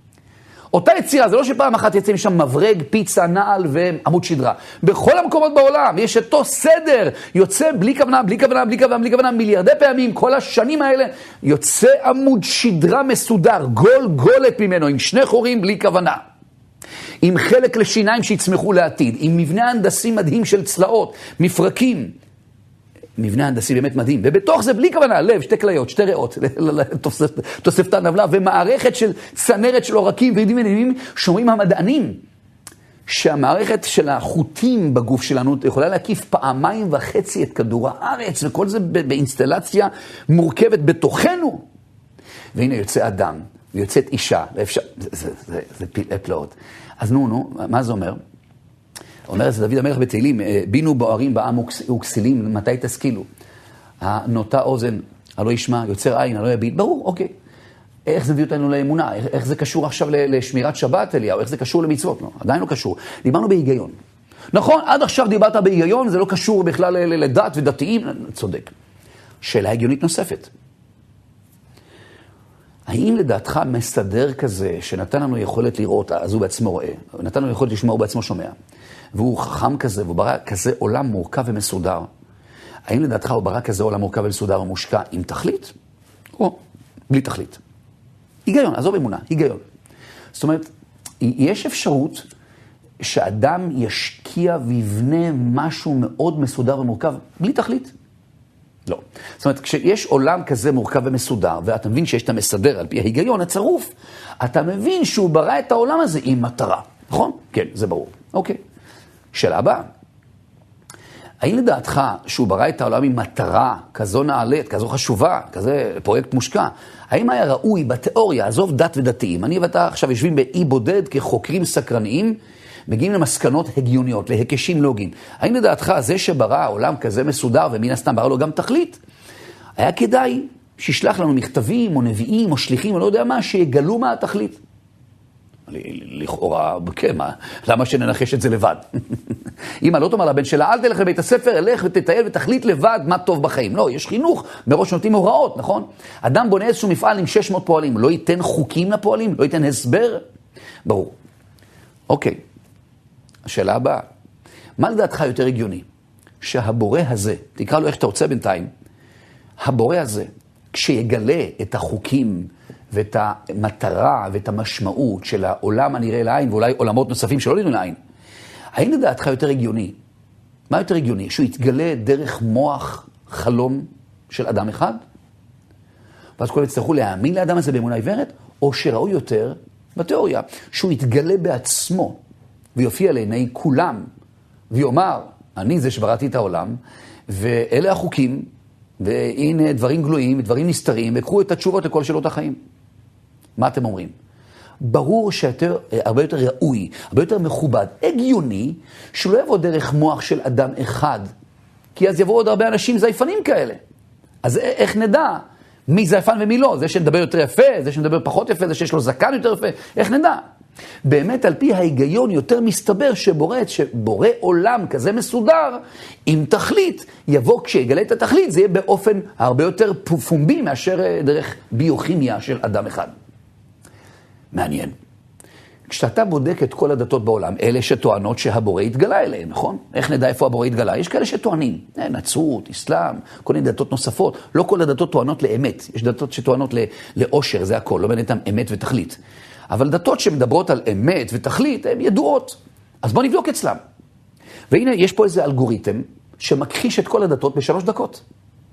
אותה יצירה, זה לא שפעם אחת יצא משם מברג, פיצה, נעל ועמוד שדרה. בכל המקומות בעולם יש אותו סדר, יוצא בלי כוונה, בלי כוונה, בלי כוונה, בלי כוונה, מיליארדי פעמים, כל השנים האלה, יוצא עמוד שדרה מסודר, גול גולת ממנו, עם שני חורים בלי כוונה. עם חלק לשיניים שיצמחו לעתיד, עם מבנה הנדסי מדהים של צלעות, מפרקים, מבנה הנדסי באמת מדהים, ובתוך זה בלי כוונה, לב, שתי כליות, שתי ריאות, תוספת הנבלה, ומערכת של צנרת של עורקים ורידים ונעימים, שאומרים המדענים, שהמערכת של החוטים בגוף שלנו יכולה להקיף פעמיים וחצי את כדור הארץ, וכל זה באינסטלציה מורכבת בתוכנו. והנה יוצא אדם, ויוצאת אישה, ואפשר, זה, זה, זה, זה פלאי פלאות. אז נו, נו, מה זה אומר? אומר את זה דוד המלך בתהילים, בינו בוערים בעם וכסילים, מתי תשכילו? הנוטה אוזן, הלא ישמע, יוצר עין, הלא יביט, ברור, אוקיי. איך זה מביא אותנו לאמונה? איך, איך זה קשור עכשיו לשמירת שבת, אליהו? איך זה קשור למצוות? לא, עדיין לא קשור. דיברנו בהיגיון. נכון, עד עכשיו דיברת בהיגיון, זה לא קשור בכלל לדת ודתיים, צודק. שאלה הגיונית נוספת. האם לדעתך מסדר כזה שנתן לנו יכולת לראות, אז הוא בעצמו רואה, נתן לנו יכולת לשמוע, הוא בעצמו שומע, והוא חכם כזה, והוא ברא כזה עולם מורכב ומסודר, האם לדעתך הוא ברא כזה עולם מורכב ומסודר ומושקע עם תכלית? או בלי תכלית? היגיון, עזוב אמונה, היגיון. זאת אומרת, יש אפשרות שאדם ישקיע ויבנה משהו מאוד מסודר ומורכב בלי תכלית? לא. זאת אומרת, כשיש עולם כזה מורכב ומסודר, ואתה מבין שיש את המסדר על פי ההיגיון הצרוף, אתה מבין שהוא ברא את העולם הזה עם מטרה. נכון? כן, זה ברור. אוקיי. שאלה הבאה. האם לדעתך שהוא ברא את העולם עם מטרה כזו נעלית, כזו חשובה, כזה פרויקט מושקע, האם היה ראוי בתיאוריה, עזוב דת ודתיים, אני ואתה עכשיו יושבים באי בודד כחוקרים סקרניים, מגיעים למסקנות הגיוניות, להיקשים לוגיים. האם לדעתך זה שברא עולם כזה מסודר, ומן הסתם ברא לו גם תכלית, היה כדאי שישלח לנו מכתבים או נביאים או שליחים, או לא יודע מה, שיגלו מה התכלית? לכאורה, כן, למה שננחש את זה לבד? אמא לא תאמר לבן שלה, אל תלך לבית הספר, אלך ותטייל ותחליט לבד מה טוב בחיים. לא, יש חינוך, מראש נותנים הוראות, נכון? אדם בונה איזשהו מפעל עם שש מאות פועלים, לא ייתן חוקים לפועלים, לא ייתן הסבר? ברור. אוקיי, השאלה הבאה, מה לדעתך יותר הגיוני? שהבורא הזה, תקרא לו איך שאתה רוצה בינתיים, הבורא הזה, כשיגלה את החוקים ואת המטרה ואת המשמעות של העולם הנראה לעין, ואולי עולמות נוספים שלא נראים לעין, האם לדעתך יותר הגיוני? מה יותר הגיוני? שהוא יתגלה דרך מוח חלום של אדם אחד? ואז כולם יצטרכו להאמין לאדם הזה באמונה עיוורת, או שראוי יותר בתיאוריה, שהוא יתגלה בעצמו ויופיע לעיני כולם, ויאמר, אני זה שבראתי את העולם, ואלה החוקים, והנה דברים גלויים, דברים נסתרים, וקחו את התשובות לכל שאלות החיים. מה אתם אומרים? ברור שיותר, הרבה יותר ראוי, הרבה יותר מכובד, הגיוני, שלא יבוא דרך מוח של אדם אחד, כי אז יבואו עוד הרבה אנשים זייפנים כאלה. אז איך נדע מי זייפן ומי לא? זה שמדבר יותר יפה, זה שמדבר פחות יפה, זה שיש לו זקן יותר יפה, איך נדע? באמת על פי ההיגיון יותר מסתבר שבורא, שבורא עולם כזה מסודר, עם תכלית, יבוא כשיגלה את התכלית, זה יהיה באופן הרבה יותר פומבי מאשר דרך ביוכימיה של אדם אחד. מעניין. כשאתה בודק את כל הדתות בעולם, אלה שטוענות שהבורא התגלה אליהם, נכון? איך נדע איפה הבורא התגלה? יש כאלה שטוענים, נצרות, אסלאם, כל מיני דתות נוספות. לא כל הדתות טוענות לאמת. יש דתות שטוענות לאושר, זה הכל, לא מעניין אותם אמת ותכלית. אבל דתות שמדברות על אמת ותכלית, הן ידועות. אז בוא נבדוק אצלם. והנה, יש פה איזה אלגוריתם שמכחיש את כל הדתות בשלוש דקות.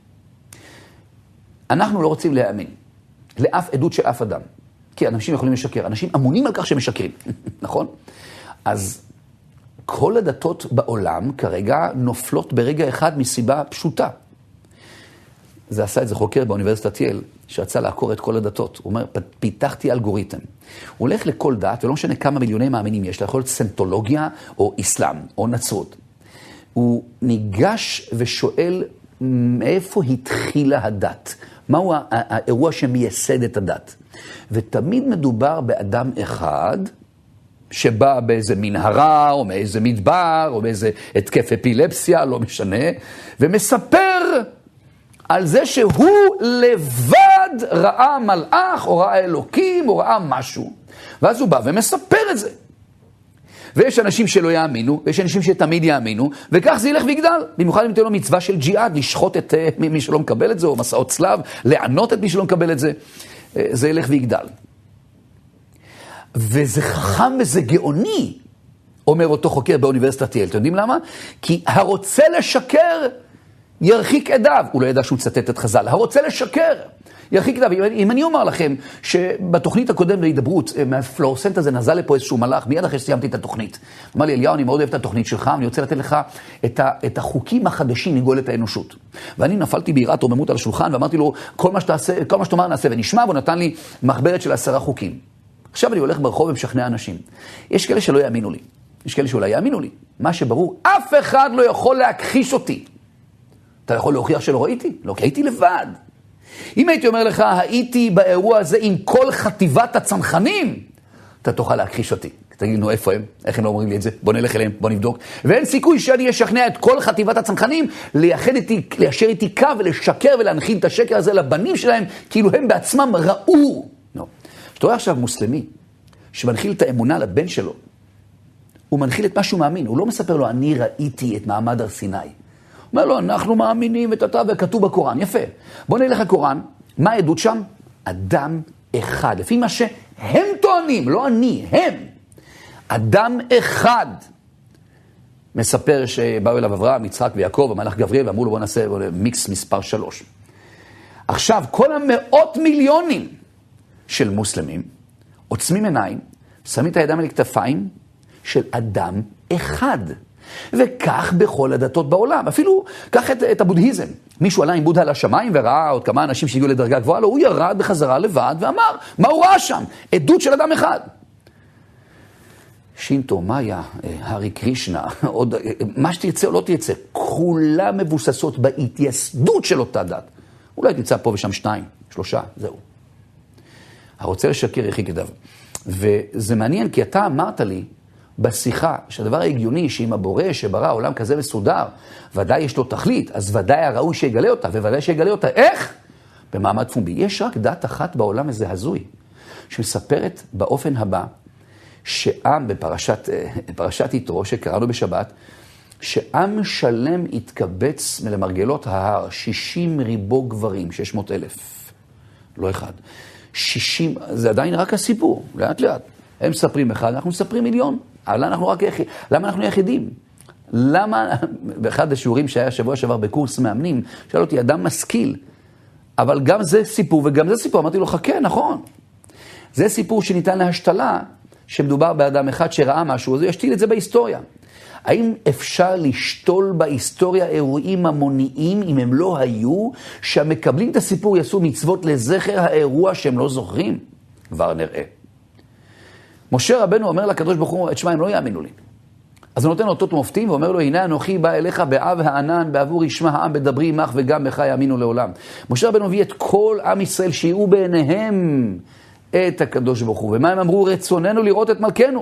אנחנו לא רוצים להאמין לאף עדות של אף אדם. כי אנשים יכולים לשקר. אנשים אמונים על כך שהם משקרים, נכון? אז כל הדתות בעולם כרגע נופלות ברגע אחד מסיבה פשוטה. זה עשה את זה חוקר באוניברסיטת ייל, שרצה לעקור את כל הדתות. הוא אומר, פיתחתי אלגוריתם. הוא הולך לכל דת, ולא משנה כמה מיליוני מאמינים יש, יכול להיות סנטולוגיה או אסלאם או נצרות. הוא ניגש ושואל מאיפה התחילה הדת. מהו האירוע שמייסד את הדת. ותמיד מדובר באדם אחד, שבא באיזה מנהרה, או מאיזה מדבר, או באיזה התקף אפילפסיה, לא משנה, ומספר על זה שהוא לבד ראה מלאך, או ראה אלוקים, או ראה משהו. ואז הוא בא ומספר את זה. ויש אנשים שלא יאמינו, ויש אנשים שתמיד יאמינו, וכך זה ילך ויגדל. במיוחד אם תהיה לו מצווה של ג'יהאד, לשחוט את מי שלא מקבל את זה, או מסעות צלב, לענות את מי שלא מקבל את זה. זה ילך ויגדל. וזה חכם וזה גאוני, אומר אותו חוקר באוניברסיטת ייל. אתם יודעים למה? כי הרוצה לשקר ירחיק עדיו. הוא לא ידע שהוא צטט את חז"ל. הרוצה לשקר ירחיק עדיו. אם אני אומר לכם שבתוכנית הקודם להידברות, מהפלורסנט הזה נזל לפה איזשהו מלאך, מיד אחרי שסיימתי את התוכנית. אמר לי, אליהו, אני מאוד אוהב את התוכנית שלך, אני רוצה לתת לך את, ה, את החוקים החדשים לגאולת האנושות. ואני נפלתי ביראת רוממות על השולחן, ואמרתי לו, כל מה שתעשה, כל מה שתאמר נעשה ונשמע, והוא נתן לי מחברת של עשרה חוקים. עכשיו אני הולך ברחוב ומשכנע אנשים. יש כאלה שלא יאמינו לי. יש כאלה שאולי יאמינו לי. מה שברור, אף אחד לא יכול להכחיש אותי. אתה יכול להוכיח שלא ראיתי? לא, כי הייתי לבד. אם הייתי אומר לך, הייתי באירוע הזה עם כל חטיבת הצנחנים, אתה תוכל להכחיש אותי. תגיד, נו, איפה הם? איך הם לא אומרים לי את זה? בוא נלך אליהם, בוא נבדוק. ואין סיכוי שאני אשכנע את כל חטיבת הצנחנים, לייחד איתי, ליישר איתי קו ולשקר ולהנחיל את השקר הזה לבנים שלהם, כאילו הם בעצמם ראו. לא. שאתה רואה עכשיו מוסלמי, שמנחיל את האמונה לבן שלו, הוא מנחיל את מה שהוא מאמין. הוא לא מספר לו, אני ראיתי את מעמד הר סיני. אומר לו, אנחנו מאמינים את אתה וכתוב בקוראן. יפה. בוא נלך לקוראן. מה העדות שם? אדם אחד. לפי מה שהם טוענים, לא אני, הם. אדם אחד. מספר שבאו אליו אברהם, יצחק ויעקב, המלאך גבריאל, ואמרו לו, בוא נעשה מיקס מספר שלוש. עכשיו, כל המאות מיליונים של מוסלמים, עוצמים עיניים, שמים את הידיים על הכתפיים של אדם אחד. וכך בכל הדתות בעולם. אפילו, קח את, את הבודהיזם. מישהו עלה עם בודה לשמיים וראה עוד כמה אנשים שהגיעו לדרגה גבוהה, לא, הוא ירד בחזרה לבד ואמר, מה הוא ראה שם? עדות של אדם אחד. שינטו, מאיה, הרי קרישנה, עוד, מה שתרצה או לא תרצה, כולה מבוססות בהתייסדות של אותה דת. אולי תמצא פה ושם שניים, שלושה, זהו. הרוצה לשקר ירחיק עדיו. וזה מעניין, כי אתה אמרת לי בשיחה, שהדבר ההגיוני, שאם הבורא שברא עולם כזה מסודר, ודאי יש לו תכלית, אז ודאי הראוי שיגלה אותה, וודאי שיגלה אותה. איך? במעמד פומבי. יש רק דת אחת בעולם הזה הזוי, שמספרת באופן הבא, שעם בפרשת, פרשת יתרו, שקראנו בשבת, שעם שלם התקבץ מלמרגלות ההר, שישים ריבו גברים, שש מאות אלף, לא אחד. שישים, זה עדיין רק הסיפור, לאט לאט. הם מספרים אחד, אנחנו מספרים מיליון. אבל אנחנו רק יחיד, למה אנחנו יחידים? למה, באחד השיעורים שהיה שבוע שעבר בקורס מאמנים, שאל אותי, אדם משכיל, אבל גם זה סיפור וגם זה סיפור. אמרתי לו, חכה, נכון. זה סיפור שניתן להשתלה, שמדובר באדם אחד שראה משהו, אז הוא ישתיל את זה בהיסטוריה. האם אפשר לשתול בהיסטוריה אירועים המוניים, אם הם לא היו, שהמקבלים את הסיפור יעשו מצוות לזכר האירוע שהם לא זוכרים? כבר נראה. משה רבנו אומר לקדוש ברוך הוא, את שמה הם לא יאמינו לי. אז הוא נותן לו אותות מופתים ואומר לו, הנה אנוכי בא אליך באב הענן, בעבור ישמע העם בדברי עמך וגם בך יאמינו לעולם. משה רבנו הביא את כל עם ישראל שיראו בעיניהם את הקדוש ברוך הוא. ומה הם אמרו? רצוננו לראות את מלכנו.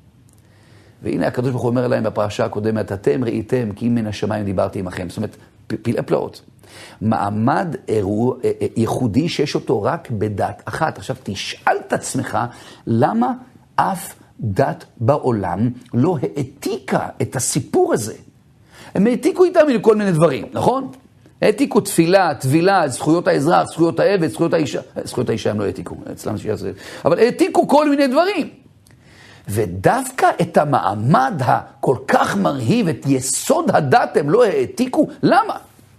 והנה הקדוש ברוך הוא אומר להם בפרשה הקודמת, אתם ראיתם כי מן השמיים דיברתי עמכם. זאת אומרת, פלאי פלאות. מעמד אירוע ייחודי שיש אותו רק בדת אחת. עכשיו תשאל את עצמך, למה אף דת בעולם לא העתיקה את הסיפור הזה? הם העתיקו איתם לכל מיני דברים, נכון? העתיקו תפילה, תבילה, זכויות האזרח, זכויות העבד, זכויות האישה. זכויות האישה הם לא העתיקו, אצלם שיהיה זה. אבל העתיקו כל מיני דברים. ודווקא את המעמד הכל כך מרהיב, את יסוד הדת הם לא העתיקו. למה?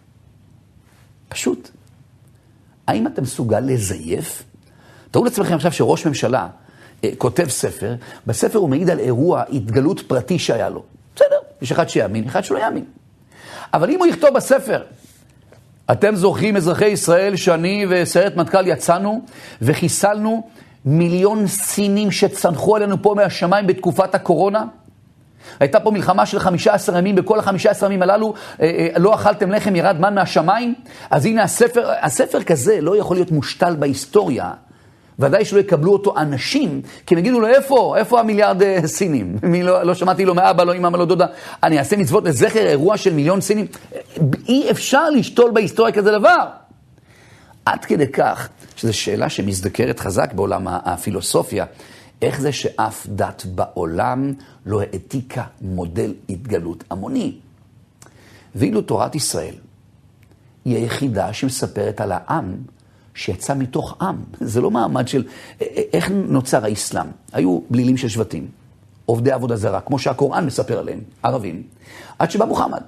פשוט. האם אתה מסוגל לזייף? תראו לעצמכם עכשיו שראש ממשלה כותב ספר, בספר הוא מעיד על אירוע התגלות פרטי שהיה לו. בסדר, יש אחד שיאמין, אחד שלא יאמין. אבל אם הוא יכתוב בספר, אתם זוכרים אזרחי ישראל שאני וסיירת מטכ"ל יצאנו וחיסלנו מיליון סינים שצנחו עלינו פה מהשמיים בתקופת הקורונה? הייתה פה מלחמה של חמישה עשר ימים, בכל החמישה עשר ימים הללו אה, אה, לא אכלתם לחם, ירד מן מהשמיים? אז הנה הספר, הספר כזה לא יכול להיות מושתל בהיסטוריה. ודאי שלא יקבלו אותו אנשים, כי הם יגידו לו, איפה? איפה המיליארד אה, סינים? מי לא, לא שמעתי לו מאבא, לא אמא, לא דודה. אני אעשה מצוות לזכר אירוע של מיליון סינים. אי אפשר לשתול בהיסטוריה כזה דבר. עד כדי כך, שזו שאלה שמזדקרת חזק בעולם הפילוסופיה, איך זה שאף דת בעולם לא העתיקה מודל התגלות המוני? ואילו תורת ישראל היא היחידה שמספרת על העם שיצא מתוך עם. זה לא מעמד של איך נוצר האסלאם. היו בלילים של שבטים, עובדי עבודה זרה, כמו שהקוראן מספר עליהם, ערבים, עד שבא מוחמד.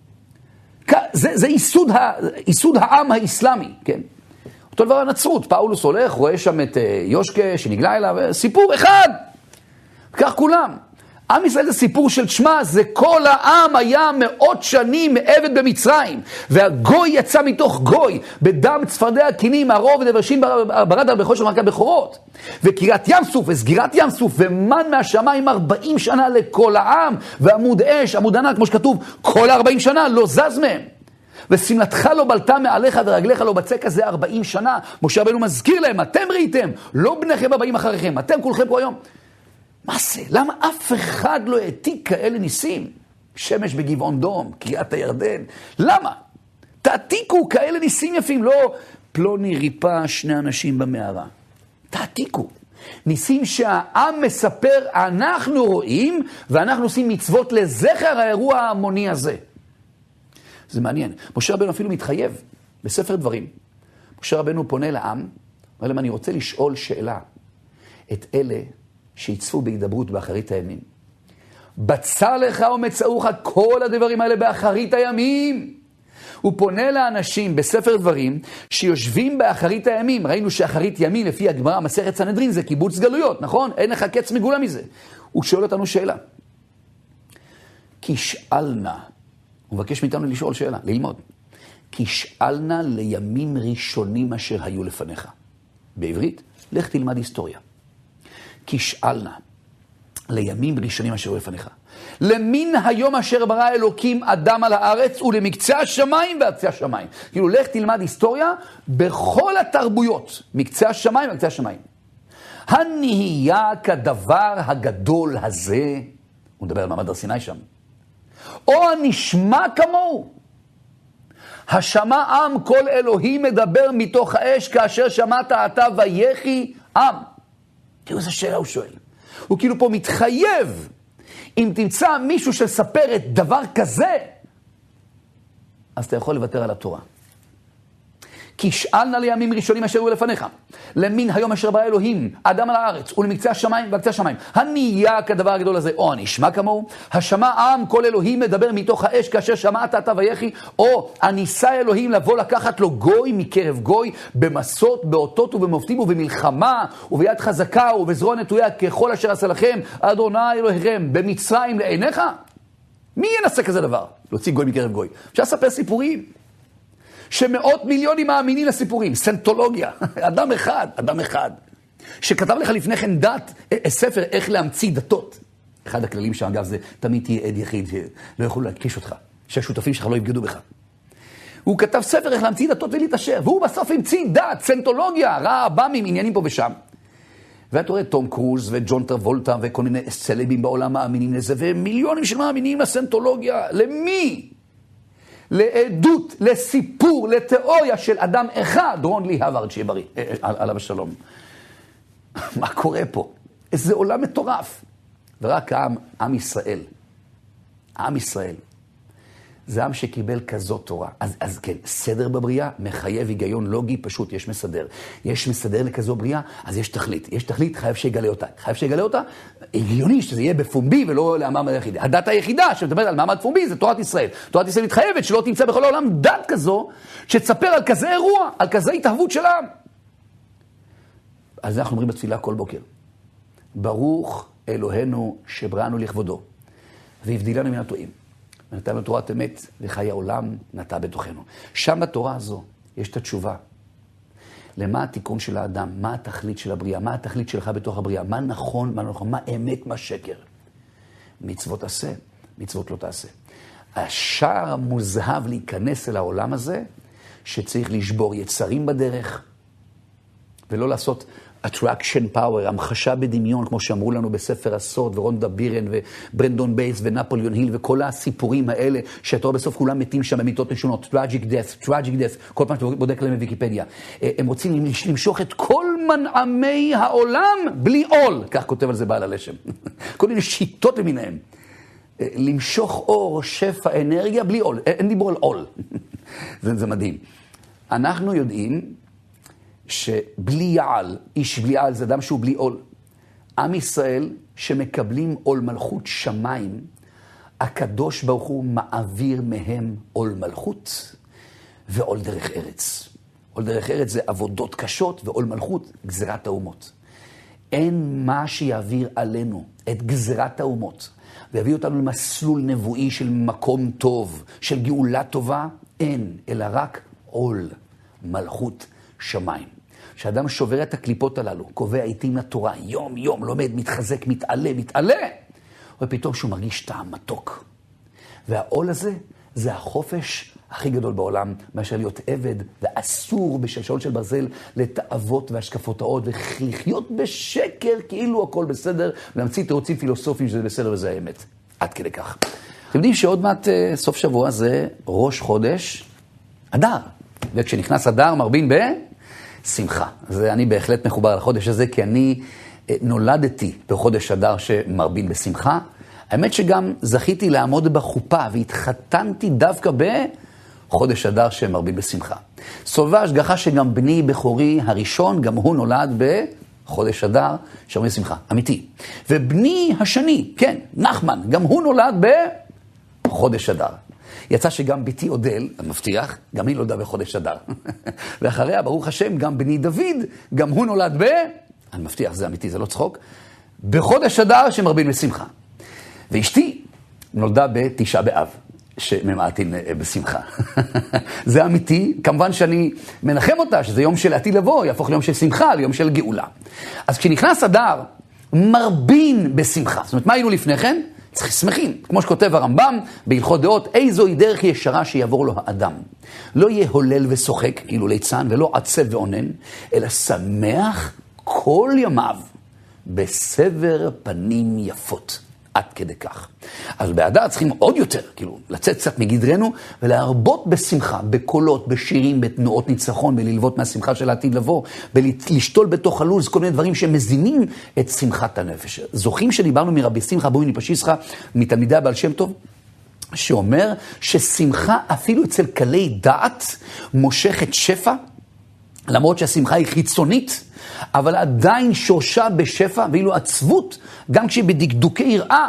זה, זה ייסוד, ה, ייסוד העם האסלאמי, כן? אותו דבר הנצרות, פאולוס הולך, רואה שם את יושקה שנגלה אליו, סיפור אחד, כך כולם. עם ישראל זה סיפור של תשמע, זה כל העם היה מאות שנים עבד במצרים, והגוי יצא מתוך גוי, בדם צפרדע קינים, הרוב ודברשים ברד הרבה של מלכה בכורות, וקריאת ים סוף וסגירת ים סוף, ומן מהשמיים ארבעים שנה לכל העם, ועמוד אש, עמוד ענק, כמו שכתוב, כל ארבעים שנה לא זז מהם. ושמלתך לא בלטה מעליך ורגליך לא בצק הזה ארבעים שנה. משה רבנו מזכיר להם, אתם ראיתם, לא בניכם הבאים אחריכם, אתם כולכם פה היום. מה זה? למה אף אחד לא העתיק כאלה ניסים? שמש בגבעון דום, קריאת הירדן. למה? תעתיקו כאלה ניסים יפים, לא פלוני ריפה שני אנשים במערה. תעתיקו. ניסים שהעם מספר, אנחנו רואים, ואנחנו עושים מצוות לזכר האירוע ההמוני הזה. זה מעניין. משה רבנו אפילו מתחייב בספר דברים. משה רבנו פונה לעם, אומר להם, אני רוצה לשאול שאלה את אלה שיצפו בהידברות באחרית הימים. בצר לך ומצאוך כל הדברים האלה באחרית הימים. הוא פונה לאנשים בספר דברים שיושבים באחרית הימים. ראינו שאחרית ימים לפי הגמרא מסכת סנהדרין זה קיבוץ גלויות, נכון? אין לך קץ מגולה מזה. הוא שואל אותנו שאלה. כי שאלנה, הוא מבקש מאיתנו לשאול שאלה, ללמוד. כי שאלנה לימים ראשונים אשר היו לפניך. בעברית, לך תלמד היסטוריה. כי שאלנה לימים ראשונים אשר היו לפניך. למין היום אשר ברא אלוקים אדם על הארץ ולמקצה השמיים ועצי השמיים. כאילו, לך תלמד היסטוריה בכל התרבויות. מקצה השמיים ועצי השמיים. הנהיה כדבר הגדול הזה, הוא מדבר על מעמד הר סיני שם, או הנשמע כמוהו. השמע עם כל אלוהים מדבר מתוך האש, כאשר שמעת אתה ויחי עם. תראו איזה שאלה הוא שואל. הוא כאילו פה מתחייב, אם תמצא מישהו שספר את דבר כזה, אז אתה יכול לוותר על התורה. כי שאלנה לימים ראשונים אשר היו לפניך, למין היום אשר ברא אלוהים, אדם על הארץ, ולמקצה השמיים ועל קצה השמיים, הנהיה כדבר הגדול הזה, או הנשמע כמוהו, השמע עם כל אלוהים מדבר מתוך האש, כאשר שמעת אתה ויחי, או הניסה אלוהים לבוא לקחת לו גוי מקרב גוי, במסות, באותות ובמופתים ובמלחמה, וביד חזקה ובזרוע נטויה, ככל אשר עשה לכם, אדוני אלוהיכם, במצרים לעיניך? מי ינסה כזה דבר? להוציא גוי מקרב גוי. אפשר לספר סיפורים. שמאות מיליונים מאמינים לסיפורים, סנטולוגיה, אדם אחד, אדם אחד, שכתב לך לפני כן דת, ספר איך להמציא דתות. אחד הכללים שאגב זה, תמיד תהיה עד יחיד, לא יכולו להקיש אותך, שהשותפים שלך לא יבגדו בך. הוא כתב ספר איך להמציא דתות ולהתעשר, והוא בסוף המציא דת, סנטולוגיה, רע, במים, עניינים פה ושם. ואתה רואה תום קרוז וג'ון טרבולטה וכל מיני סלבים בעולם מאמינים לזה, ומיליונים שמאמינים לסנטולוגיה, למי? לעדות, לסיפור, לתיאוריה של אדם אחד, רון לי הווארד שיהיה בריא, עליו השלום. מה קורה פה? איזה עולם מטורף. ורק העם, עם ישראל, עם ישראל, זה עם שקיבל כזאת תורה. אז, אז כן, סדר בבריאה מחייב היגיון לוגי פשוט, יש מסדר. יש מסדר לכזו בריאה, אז יש תכלית. יש תכלית, חייב שיגלה אותה. חייב שיגלה אותה, הגיוני שזה יהיה בפומבי ולא למעמד היחידה. הדת היחידה שמדברת על מעמד פומבי זה תורת ישראל. תורת ישראל מתחייבת שלא תמצא בכל העולם דת כזו, שתספר על כזה אירוע, על כזה התאהבות של העם. אז אנחנו אומרים בתפילה כל בוקר. ברוך אלוהינו שבראנו לכבודו, והבדילנו מן הטועים. ונתן לו תורת אמת, וחיי העולם נטע בתוכנו. שם בתורה הזו יש את התשובה. למה התיקון של האדם? מה התכלית של הבריאה? מה התכלית שלך בתוך הבריאה? מה נכון, מה לא נכון? מה אמת, מה שקר? מצוות עשה, מצוות לא תעשה. השער המוזהב להיכנס אל העולם הזה, שצריך לשבור יצרים בדרך, ולא לעשות attraction power, המחשה בדמיון, כמו שאמרו לנו בספר הסוד, ורונדה בירן, וברנדון בייס, ונפוליון היל, וכל הסיפורים האלה, שאתה רואה בסוף כולם מתים שם במיטות ראשונות, tragic death, tragic death, כל פעם שאתה בודק להם בוויקיפדיה. הם רוצים למשוך את כל מנעמי העולם בלי עול, כך כותב על זה בעל הלשם. כל מיני שיטות למיניהם. למשוך אור, שפע, אנרגיה, בלי עול. אין דיבור על עול. זה, זה מדהים. אנחנו יודעים שבלי יעל, איש בלי יעל זה אדם שהוא בלי עול. עם ישראל שמקבלים עול מלכות שמיים, הקדוש ברוך הוא מעביר מהם עול מלכות ועול דרך ארץ. עול דרך ארץ זה עבודות קשות, ועול מלכות גזירת האומות. אין מה שיעביר עלינו את גזירת האומות, ויביא אותנו למסלול נבואי של מקום טוב, של גאולה טובה, אין, אלא רק עול מלכות שמיים. כשאדם שובר את הקליפות הללו, קובע עיתים לתורה, יום יום, לומד, מתחזק, מתעלה, מתעלה, ופתאום שהוא מרגיש טעם מתוק. והעול הזה זה החופש הכי גדול בעולם, מאשר להיות עבד ואסור בשלשלות של ברזל לתאוות והשקפות העוד, ולחיות בשקר כאילו הכל בסדר, ולהמציא תירוצים פילוסופיים שזה בסדר וזה האמת. עד כדי כך. אתם יודעים שעוד מעט סוף שבוע זה ראש חודש אדר. וכשנכנס אדר מרבין בשמחה. אז אני בהחלט מחובר על החודש הזה, כי אני נולדתי בחודש אדר שמרבין בשמחה. האמת שגם זכיתי לעמוד בחופה והתחתנתי דווקא בחודש אדר שמרבין בשמחה. סובבה השגחה שגם בני בכורי הראשון, גם הוא נולד בחודש אדר שמרבין בשמחה. אמיתי. ובני השני, כן, נחמן, גם הוא נולד בחודש אדר. יצא שגם ביתי אודל, אני מבטיח, גם היא נולדה בחודש אדר. ואחריה, ברוך השם, גם בני דוד, גם הוא נולד ב... אני מבטיח, זה אמיתי, זה לא צחוק. בחודש אדר שמרבין בשמחה. ואשתי נולדה בתשעה באב, שממעטין בשמחה. זה אמיתי, כמובן שאני מנחם אותה, שזה יום של עתיד לבוא, יהפוך ליום של שמחה, ליום של גאולה. אז כשנכנס אדר, מרבין בשמחה. זאת אומרת, מה היינו לפני כן? צריך שמחים. כמו שכותב הרמב"ם, בהלכות דעות, איזוהי דרך ישרה שיעבור לו האדם. לא יהיה הולל ושוחק, כאילו ליצן, ולא עצב ועונן, אלא שמח כל ימיו. בסבר פנים יפות. עד כדי כך. אז בהדר צריכים עוד יותר, כאילו, לצאת קצת מגדרנו, ולהרבות בשמחה, בקולות, בשירים, בתנועות ניצחון, בללוות מהשמחה של העתיד לבוא, ולשתול בתוך הלוז, כל מיני דברים שמזינים את שמחת הנפש. זוכים שדיברנו מרבי שמחה בויני פשיסחה, מתלמידי הבעל שם טוב, שאומר ששמחה אפילו אצל קלי דעת מושכת שפע, למרות שהשמחה היא חיצונית, אבל עדיין שורשה בשפע, ואילו עצבות, גם כשהיא בדקדוקי יראה,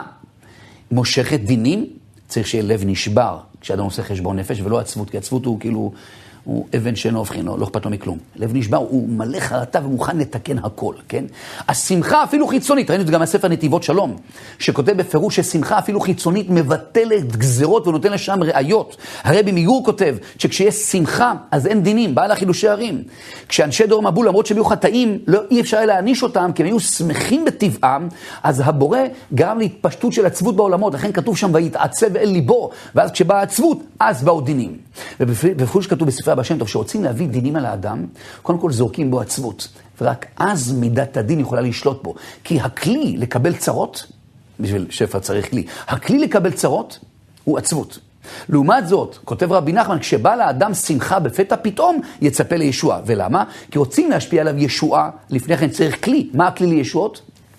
מושכת דינים, צריך שיהיה לב נשבר, כשאדם עושה חשבון נפש, ולא עצבות, כי עצבות הוא כאילו, הוא אבן שאינו הבחין, לא אכפת לו מכלום. לב נשבר, הוא מלא חרטה ומוכן לתקן הכל, כן? השמחה אפילו חיצונית, ראינו את גם הספר נתיבות שלום, שכותב בפירוש ששמחה אפילו חיצונית מבטלת גזרות ונותן לשם ראיות. הרבי מיור כותב שכשיש שמחה, אז אין דינים, בא לה חילושי ערים. כשאנשי דור מבול, למרות שהם היו חטאים, לא אי אפשר היה להעניש אותם, כי הם היו שמחים בטבעם, אז הבורא גרם להתפשטות של עצבות בעולמות, לכן כתוב שם ויתעצב אל ליבו, ואז כשבאה עצבות, אז באו דינים. ובפירוש כתוב בספרי הבעל שם טוב, שרוצים להביא דינים על האדם, קודם כל זורקים בו עצבות, ורק אז מידת הדין יכולה לשלוט בו. כי הכלי לקבל צרות, בשביל שפע צריך כלי, הכלי לקבל צרות הוא עצבות. לעומת זאת, כותב רבי נחמן, כשבא לאדם שמחה בפתע, פתאום יצפה לישועה. ולמה? כי רוצים להשפיע עליו ישועה, לפני כן צריך כלי. מה הכלי לישועות?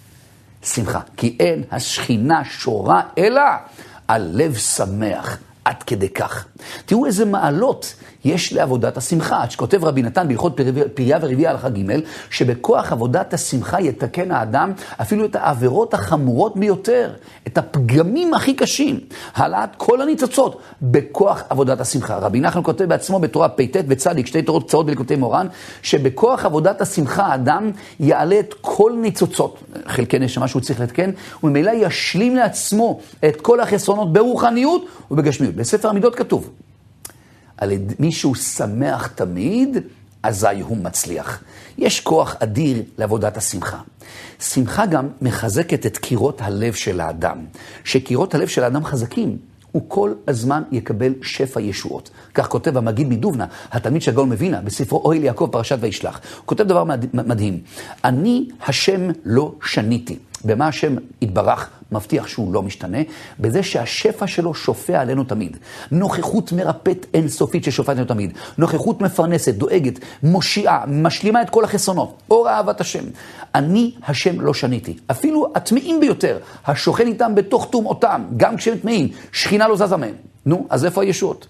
שמחה. כי אין השכינה שורה אלא על לב שמח. עד כדי כך. תראו איזה מעלות יש לעבודת השמחה. עד שכותב רבי נתן בהלכות פריה ורבייה הלכה ג' שבכוח עבודת השמחה יתקן האדם אפילו את העבירות החמורות ביותר, את הפגמים הכי קשים, העלאת כל הניצוצות בכוח עבודת השמחה. רבי נחמן כותב בעצמו בתורה פ"ט וצדיק, שתי תורות קצרות בליקוטי מורן, שבכוח עבודת השמחה האדם יעלה את כל ניצוצות, חלקי נשמה שהוא צריך לתקן, וממילא ישלים לעצמו את כל החסרונות ברוחניות ובגשמיות. בספר המידות כתוב, על מי שהוא שמח תמיד, אזי הוא מצליח. יש כוח אדיר לעבודת השמחה. שמחה גם מחזקת את קירות הלב של האדם. שקירות הלב של האדם חזקים, הוא כל הזמן יקבל שפע ישועות. כך כותב המגיד מדובנה, התלמיד של הגאון מווילנה, בספרו אוהל יעקב פרשת וישלח. הוא כותב דבר מדהים, אני השם לא שניתי. במה השם יתברך מבטיח שהוא לא משתנה, בזה שהשפע שלו שופע עלינו תמיד. נוכחות מרפאת אינסופית ששופעת עלינו תמיד. נוכחות מפרנסת, דואגת, מושיעה, משלימה את כל החסרונות. אור אהבת השם. אני השם לא שניתי. אפילו הטמאים ביותר, השוכן איתם בתוך טומאותם, גם כשהם טמאים, שכינה לא זזה מהם. נו, אז איפה הישועות?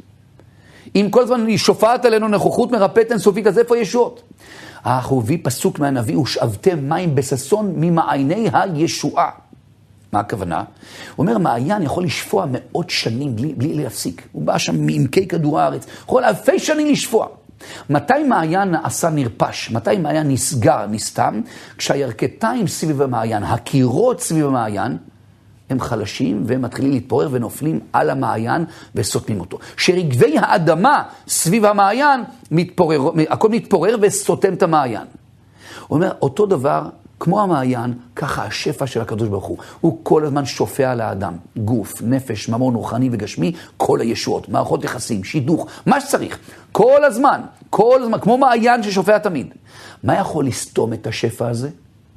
אם כל הזמן היא שופעת עלינו נוכחות מרפאת אינסופית, אז איפה הישועות? אך הוא הביא פסוק מהנביא, ושאבתם מים בססון ממעייני הישועה. מה הכוונה? הוא אומר, מעיין יכול לשפוע מאות שנים בלי, בלי להפסיק. הוא בא שם מעמקי כדור הארץ, יכול אלפי שנים לשפוע. מתי מעיין נעשה נרפש? מתי מעיין נסגר, נסתם? כשהירכתיים סביב המעיין, הקירות סביב המעיין, הם חלשים והם מתחילים להתפורר ונופלים על המעיין וסותמים אותו. שרגבי האדמה סביב המעיין, מתפורר, הכל מתפורר וסותם את המעיין. הוא אומר, אותו דבר, כמו המעיין, ככה השפע של הקדוש ברוך הוא. הוא כל הזמן שופע על האדם. גוף, נפש, ממון, רוחני וגשמי, כל הישועות, מערכות יחסים, שידוך, מה שצריך. כל הזמן, כל הזמן, כמו מעיין ששופע תמיד. מה יכול לסתום את השפע הזה?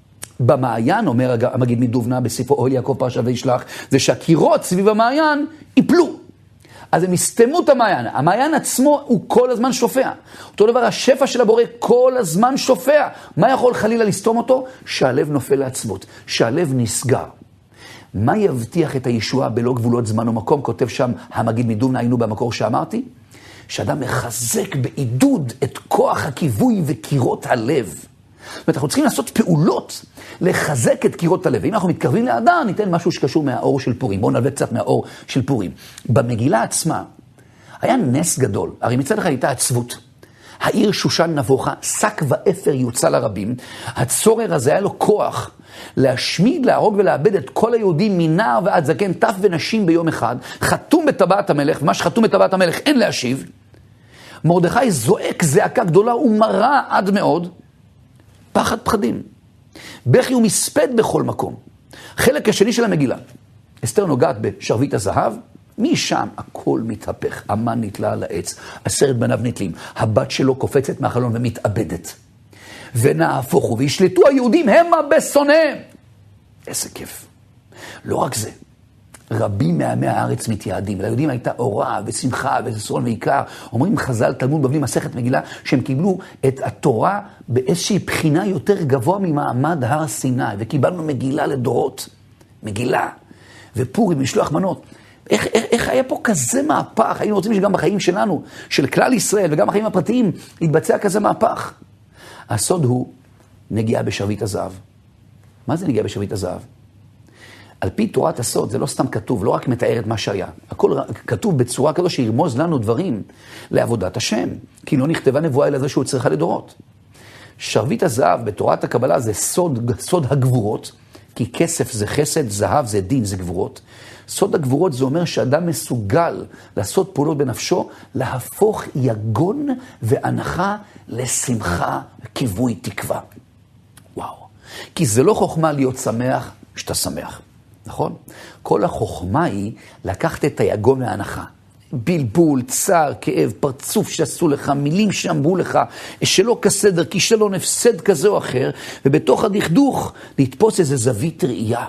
במעיין, אומר המגיד מדובנה בספרו אוהל יעקב פרשת וישלח, זה שהקירות סביב המעיין ייפלו. אז הם יסתמו את המעיין. המעיין עצמו הוא כל הזמן שופע. אותו דבר, השפע של הבורא כל הזמן שופע. מה יכול חלילה לסתום אותו? שהלב נופל לעצבות, שהלב נסגר. מה יבטיח את הישועה בלא גבולות זמן ומקום? כותב שם המגיד מדובנה, היינו במקור שאמרתי, שאדם מחזק בעידוד את כוח הכיווי וקירות הלב. זאת אומרת, אנחנו צריכים לעשות פעולות לחזק את קירות הלב. אם אנחנו מתקרבים לאדם, ניתן משהו שקשור מהאור של פורים. בואו נלווה קצת מהאור של פורים. במגילה עצמה היה נס גדול. הרי מצד אחד הייתה עצבות. העיר שושן נבוכה, שק ואפר יוצא לרבים. הצורר הזה היה לו כוח להשמיד, להרוג ולאבד את כל היהודים מנער ועד זקן, טף ונשים ביום אחד. חתום בטבעת המלך, ומה שחתום בטבעת המלך אין להשיב. מרדכי זועק זעקה גדולה ומרה עד מאוד. פחד פחדים. בכי ומספד בכל מקום. חלק השני של המגילה. אסתר נוגעת בשרביט הזהב, משם הכל מתהפך. המן נתלה על העץ, עשרת בניו נתלים. הבת שלו קופצת מהחלון ומתאבדת. ונהפוכו, וישלטו היהודים המה בשונאיהם. איזה כיף. לא רק זה, רבים מעמי הארץ מתייעדים, ליהודים הייתה אורה ושמחה וששון ועיקר. אומרים חז"ל, תלמוד בבלי, מסכת מגילה, שהם קיבלו את התורה באיזושהי בחינה יותר גבוה ממעמד הר סיני, וקיבלנו מגילה לדורות. מגילה ופורים, משלוח מנות. איך, איך, איך היה פה כזה מהפך? היינו רוצים שגם בחיים שלנו, של כלל ישראל וגם בחיים הפרטיים, יתבצע כזה מהפך. הסוד הוא נגיעה בשרביט הזהב. מה זה נגיעה בשרביט הזהב? על פי תורת הסוד, זה לא סתם כתוב, לא רק מתאר את מה שהיה. הכל כתוב בצורה כזו שירמוז לנו דברים לעבודת השם. כי לא נכתבה נבואה אלא זה שהוא צריכה לדורות. שרביט הזהב בתורת הקבלה זה סוד, סוד הגבורות, כי כסף זה חסד, זהב זה דין, זה גבורות. סוד הגבורות זה אומר שאדם מסוגל לעשות פעולות בנפשו, להפוך יגון והנחה לשמחה וכיווי תקווה. וואו. כי זה לא חוכמה להיות שמח שאתה שמח. נכון? כל החוכמה היא לקחת את היגון וההנחה. בלבול, צער, כאב, פרצוף שעשו לך, מילים שאמרו לך, שלא כסדר, כישלון, הפסד כזה או אחר, ובתוך הדכדוך לתפוס איזה זווית ראייה.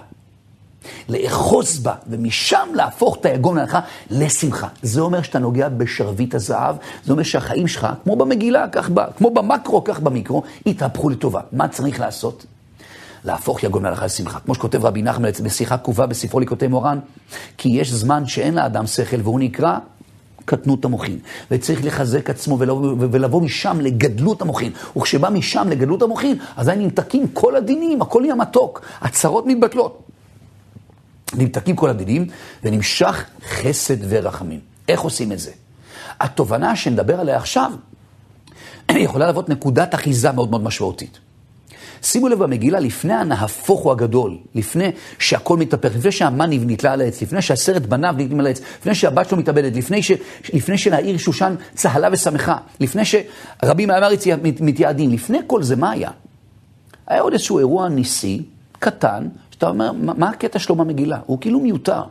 לאחוז בה, ומשם להפוך את היגון וההנחה לשמחה. זה אומר שאתה נוגע בשרביט הזהב, זה אומר שהחיים שלך, כמו במגילה, כך בה, כמו במקרו, כך במיקרו, יתהפכו לטובה. מה צריך לעשות? להפוך יגון והלכה לשמחה. כמו שכותב רבי נחמן בשיחה קובה בספרו ליקוטי מורן, כי יש זמן שאין לאדם שכל, והוא נקרא קטנות המוחין. וצריך לחזק עצמו ולבוא, ולבוא משם לגדלות המוחין. וכשבא משם לגדלות המוחין, אז הם נמתקים כל הדינים, הכל נהיה מתוק, הצרות מתבטלות. נמתקים כל הדינים, ונמשך חסד ורחמים. איך עושים את זה? התובנה שנדבר עליה עכשיו, יכולה להוות נקודת אחיזה מאוד מאוד משמעותית. שימו לב במגילה, לפני הנהפוך הוא הגדול, לפני שהכל מתהפך, לפני שהמן נתלה על העץ, לפני שעשרת בניו נתלים על העץ, לפני שהבת שלו מתאבדת, לפני, ש... לפני שלעיר שושן צהלה ושמחה, לפני שרבים מהארץ מתייעדים, לפני כל זה מה היה? היה עוד איזשהו אירוע ניסי, קטן, שאתה אומר, מה הקטע שלו במגילה? הוא כאילו מיותר.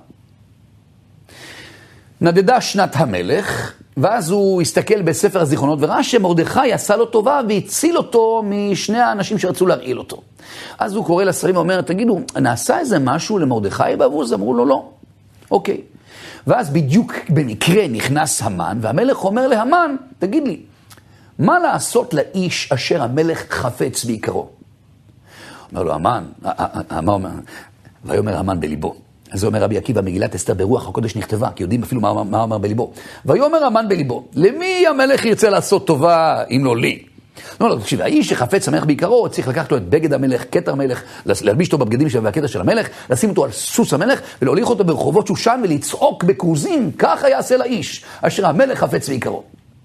נדדה שנת המלך, ואז הוא הסתכל בספר הזיכרונות, וראה שמרדכי עשה לו טובה, והציל אותו משני האנשים שרצו להרעיל אותו. אז הוא קורא לשרים ואומר, תגידו, נעשה איזה משהו למרדכי בעבוז? אמרו לו, לא. אוקיי. ואז בדיוק במקרה נכנס המן, והמלך אומר להמן, תגיד לי, מה לעשות לאיש אשר המלך חפץ בעיקרו? אומר לו, המן, מה אומר? ויאמר המן בליבו. אז זה אומר רבי עקיבא, מגילת אסתר ברוח הקודש נכתבה, כי יודעים אפילו מה, מה אמר בליבו. ויאמר המן בליבו, למי המלך ירצה לעשות טובה אם לא לי? לא, לא, תקשיב, האיש שחפץ המלך בעיקרו, צריך לקחת לו את בגד המלך, כתר המלך, להלביש אותו בבגדים שלו והכתר של המלך, לשים אותו על סוס המלך, ולהוליך אותו ברחובות שושן ולצעוק בכרוזים, ככה יעשה לאיש, אשר המלך חפץ בעיקרו.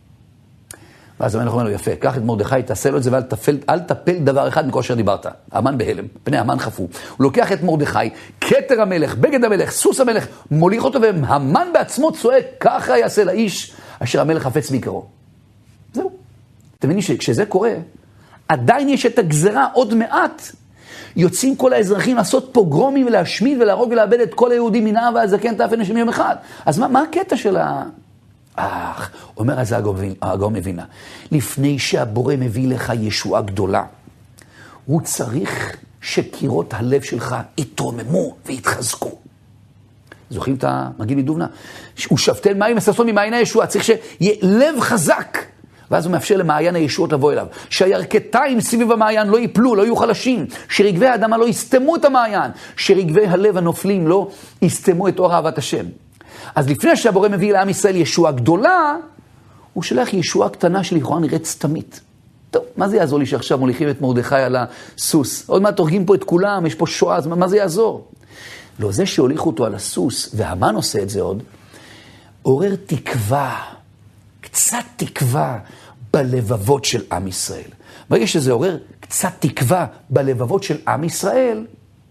ואז המלך אומר לו, יפה, קח את מרדכי, תעשה לו את זה, ואל תפל, אל תפל דבר אחד מכל אשר דיברת. המן בהלם, פני המן חפו. הוא לוקח את מרדכי, כתר המלך, בגד המלך, סוס המלך, מוליך אותו, והמן בעצמו צועק, ככה יעשה לאיש אשר המלך חפץ בעיקרו. זהו. אתם מבינים שכשזה קורה, עדיין יש את הגזרה עוד מעט. יוצאים כל האזרחים לעשות פוגרומים ולהשמיד ולהרוג ולאבד את כל היהודים מנער ועד זקן תאפן נשם יום אחד. אז מה, מה הקטע של ה... אך, אומר אז הגאון מבינה, לפני שהבורא מביא לך ישועה גדולה, הוא צריך שקירות הלב שלך יתרוממו ויתחזקו. זוכרים את המגיד מדובנה? הוא שפטל מים וששון ממעיין הישועה, צריך שיהיה לב חזק, ואז הוא מאפשר למעיין הישועות לבוא אליו. שהירכתיים סביב המעיין לא ייפלו, לא יהיו חלשים, שרגבי האדמה לא יסתמו את המעיין, שרגבי הלב הנופלים לא יסתמו את אור אהבת השם. אז לפני שהבורא מביא לעם ישראל ישועה גדולה, הוא שלח ישועה קטנה שלכאורה נראית סתמית. טוב, מה זה יעזור לי שעכשיו מוליכים את מרדכי על הסוס? עוד מעט הורגים פה את כולם, יש פה שואה, אז מה זה יעזור? לא, זה שהוליכו אותו על הסוס, והמן עושה את זה עוד, עורר תקווה, קצת תקווה בלבבות של עם ישראל. ברגע שזה עורר קצת תקווה בלבבות של עם ישראל,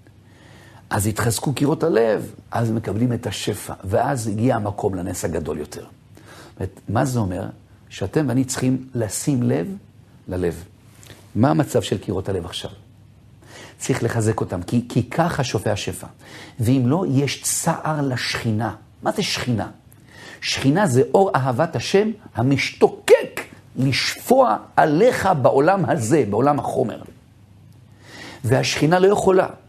אז התחזקו קירות הלב, אז מקבלים את השפע, ואז הגיע המקום לנס הגדול יותר. מה זה אומר? שאתם ואני צריכים לשים לב ללב. מה המצב של קירות הלב עכשיו? צריך לחזק אותם, כי, כי ככה שופע השפע. ואם לא, יש צער לשכינה. מה זה שכינה? שכינה זה אור אהבת השם המשתוקק לשפוע עליך בעולם הזה, בעולם החומר. והשכינה לא יכולה.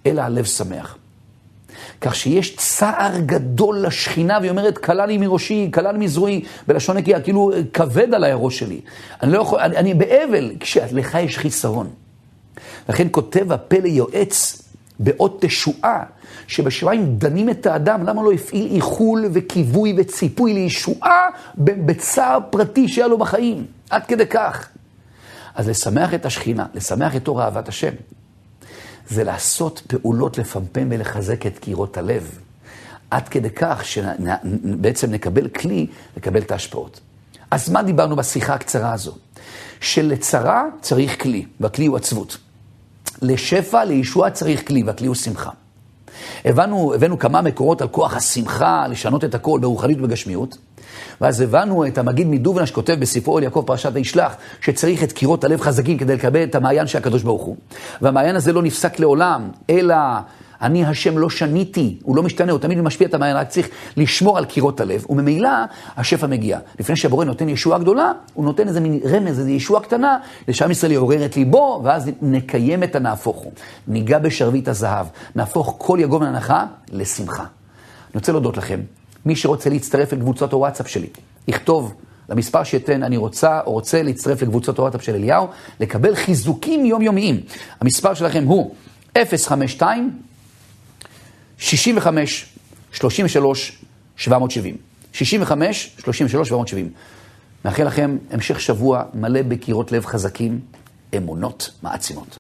אלא הלב שמח. כך שיש צער גדול לשכינה, והיא אומרת, קלה לי מראשי, קלה לי מזרועי, בלשון נקייה, כאילו כבד עליי הראש שלי. אני לא יכול, אני, אני באבל, כשלך יש חיסרון. לכן כותב הפלא יועץ באות תשועה, שבשמיים דנים את האדם, למה לא הפעיל איחול וכיווי וציפוי לישועה בצער פרטי שהיה לו בחיים, עד כדי כך. אז לשמח את השכינה, לשמח את אור אהבת השם, זה לעשות פעולות לפמפם ולחזק את קירות הלב, עד כדי כך שבעצם נקבל כלי לקבל את ההשפעות. אז מה דיברנו בשיחה הקצרה הזו? שלצרה צריך כלי, והכלי הוא עצבות. לשפע, לישוע צריך כלי, והכלי הוא שמחה. הבנו, הבאנו כמה מקורות על כוח השמחה, לשנות את הכל ברוחניות ובגשמיות, ואז הבנו את המגיד מדובנה שכותב בספרו אל יעקב פרשת וישלח, שצריך את קירות הלב חזקים כדי לקבל את המעיין של הקדוש ברוך הוא. והמעיין הזה לא נפסק לעולם, אלא אני השם לא שניתי, הוא לא משתנה, הוא תמיד משפיע את המעיין, רק צריך לשמור על קירות הלב, וממילא השפע מגיע. לפני שהבורא נותן ישועה גדולה, הוא נותן איזה מין רמז, איזה ישועה קטנה, לשם ישראל יעורר את ליבו, ואז נקיים את הנהפוך הוא. ניגע בשרביט הזהב, נהפוך כל יגון הנחה לשמחה. אני רוצה להודות לכם, מי שרוצה להצטרף לקבוצות הוואטסאפ שלי, יכתוב למספר שיתן, אני רוצה או רוצה להצטרף לקבוצות הוואטסאפ של אליהו, לקבל חיזוקים יומיומיים. המספר שלכם הוא אפס חמש שתיים שישים וחמש שלושים ושלוש שבע מאות שבעים. שישים וחמש שלושים ושלוש שבע מאות שבעים. מאחל לכם המשך שבוע מלא בקירות לב חזקים, אמונות מעצימות.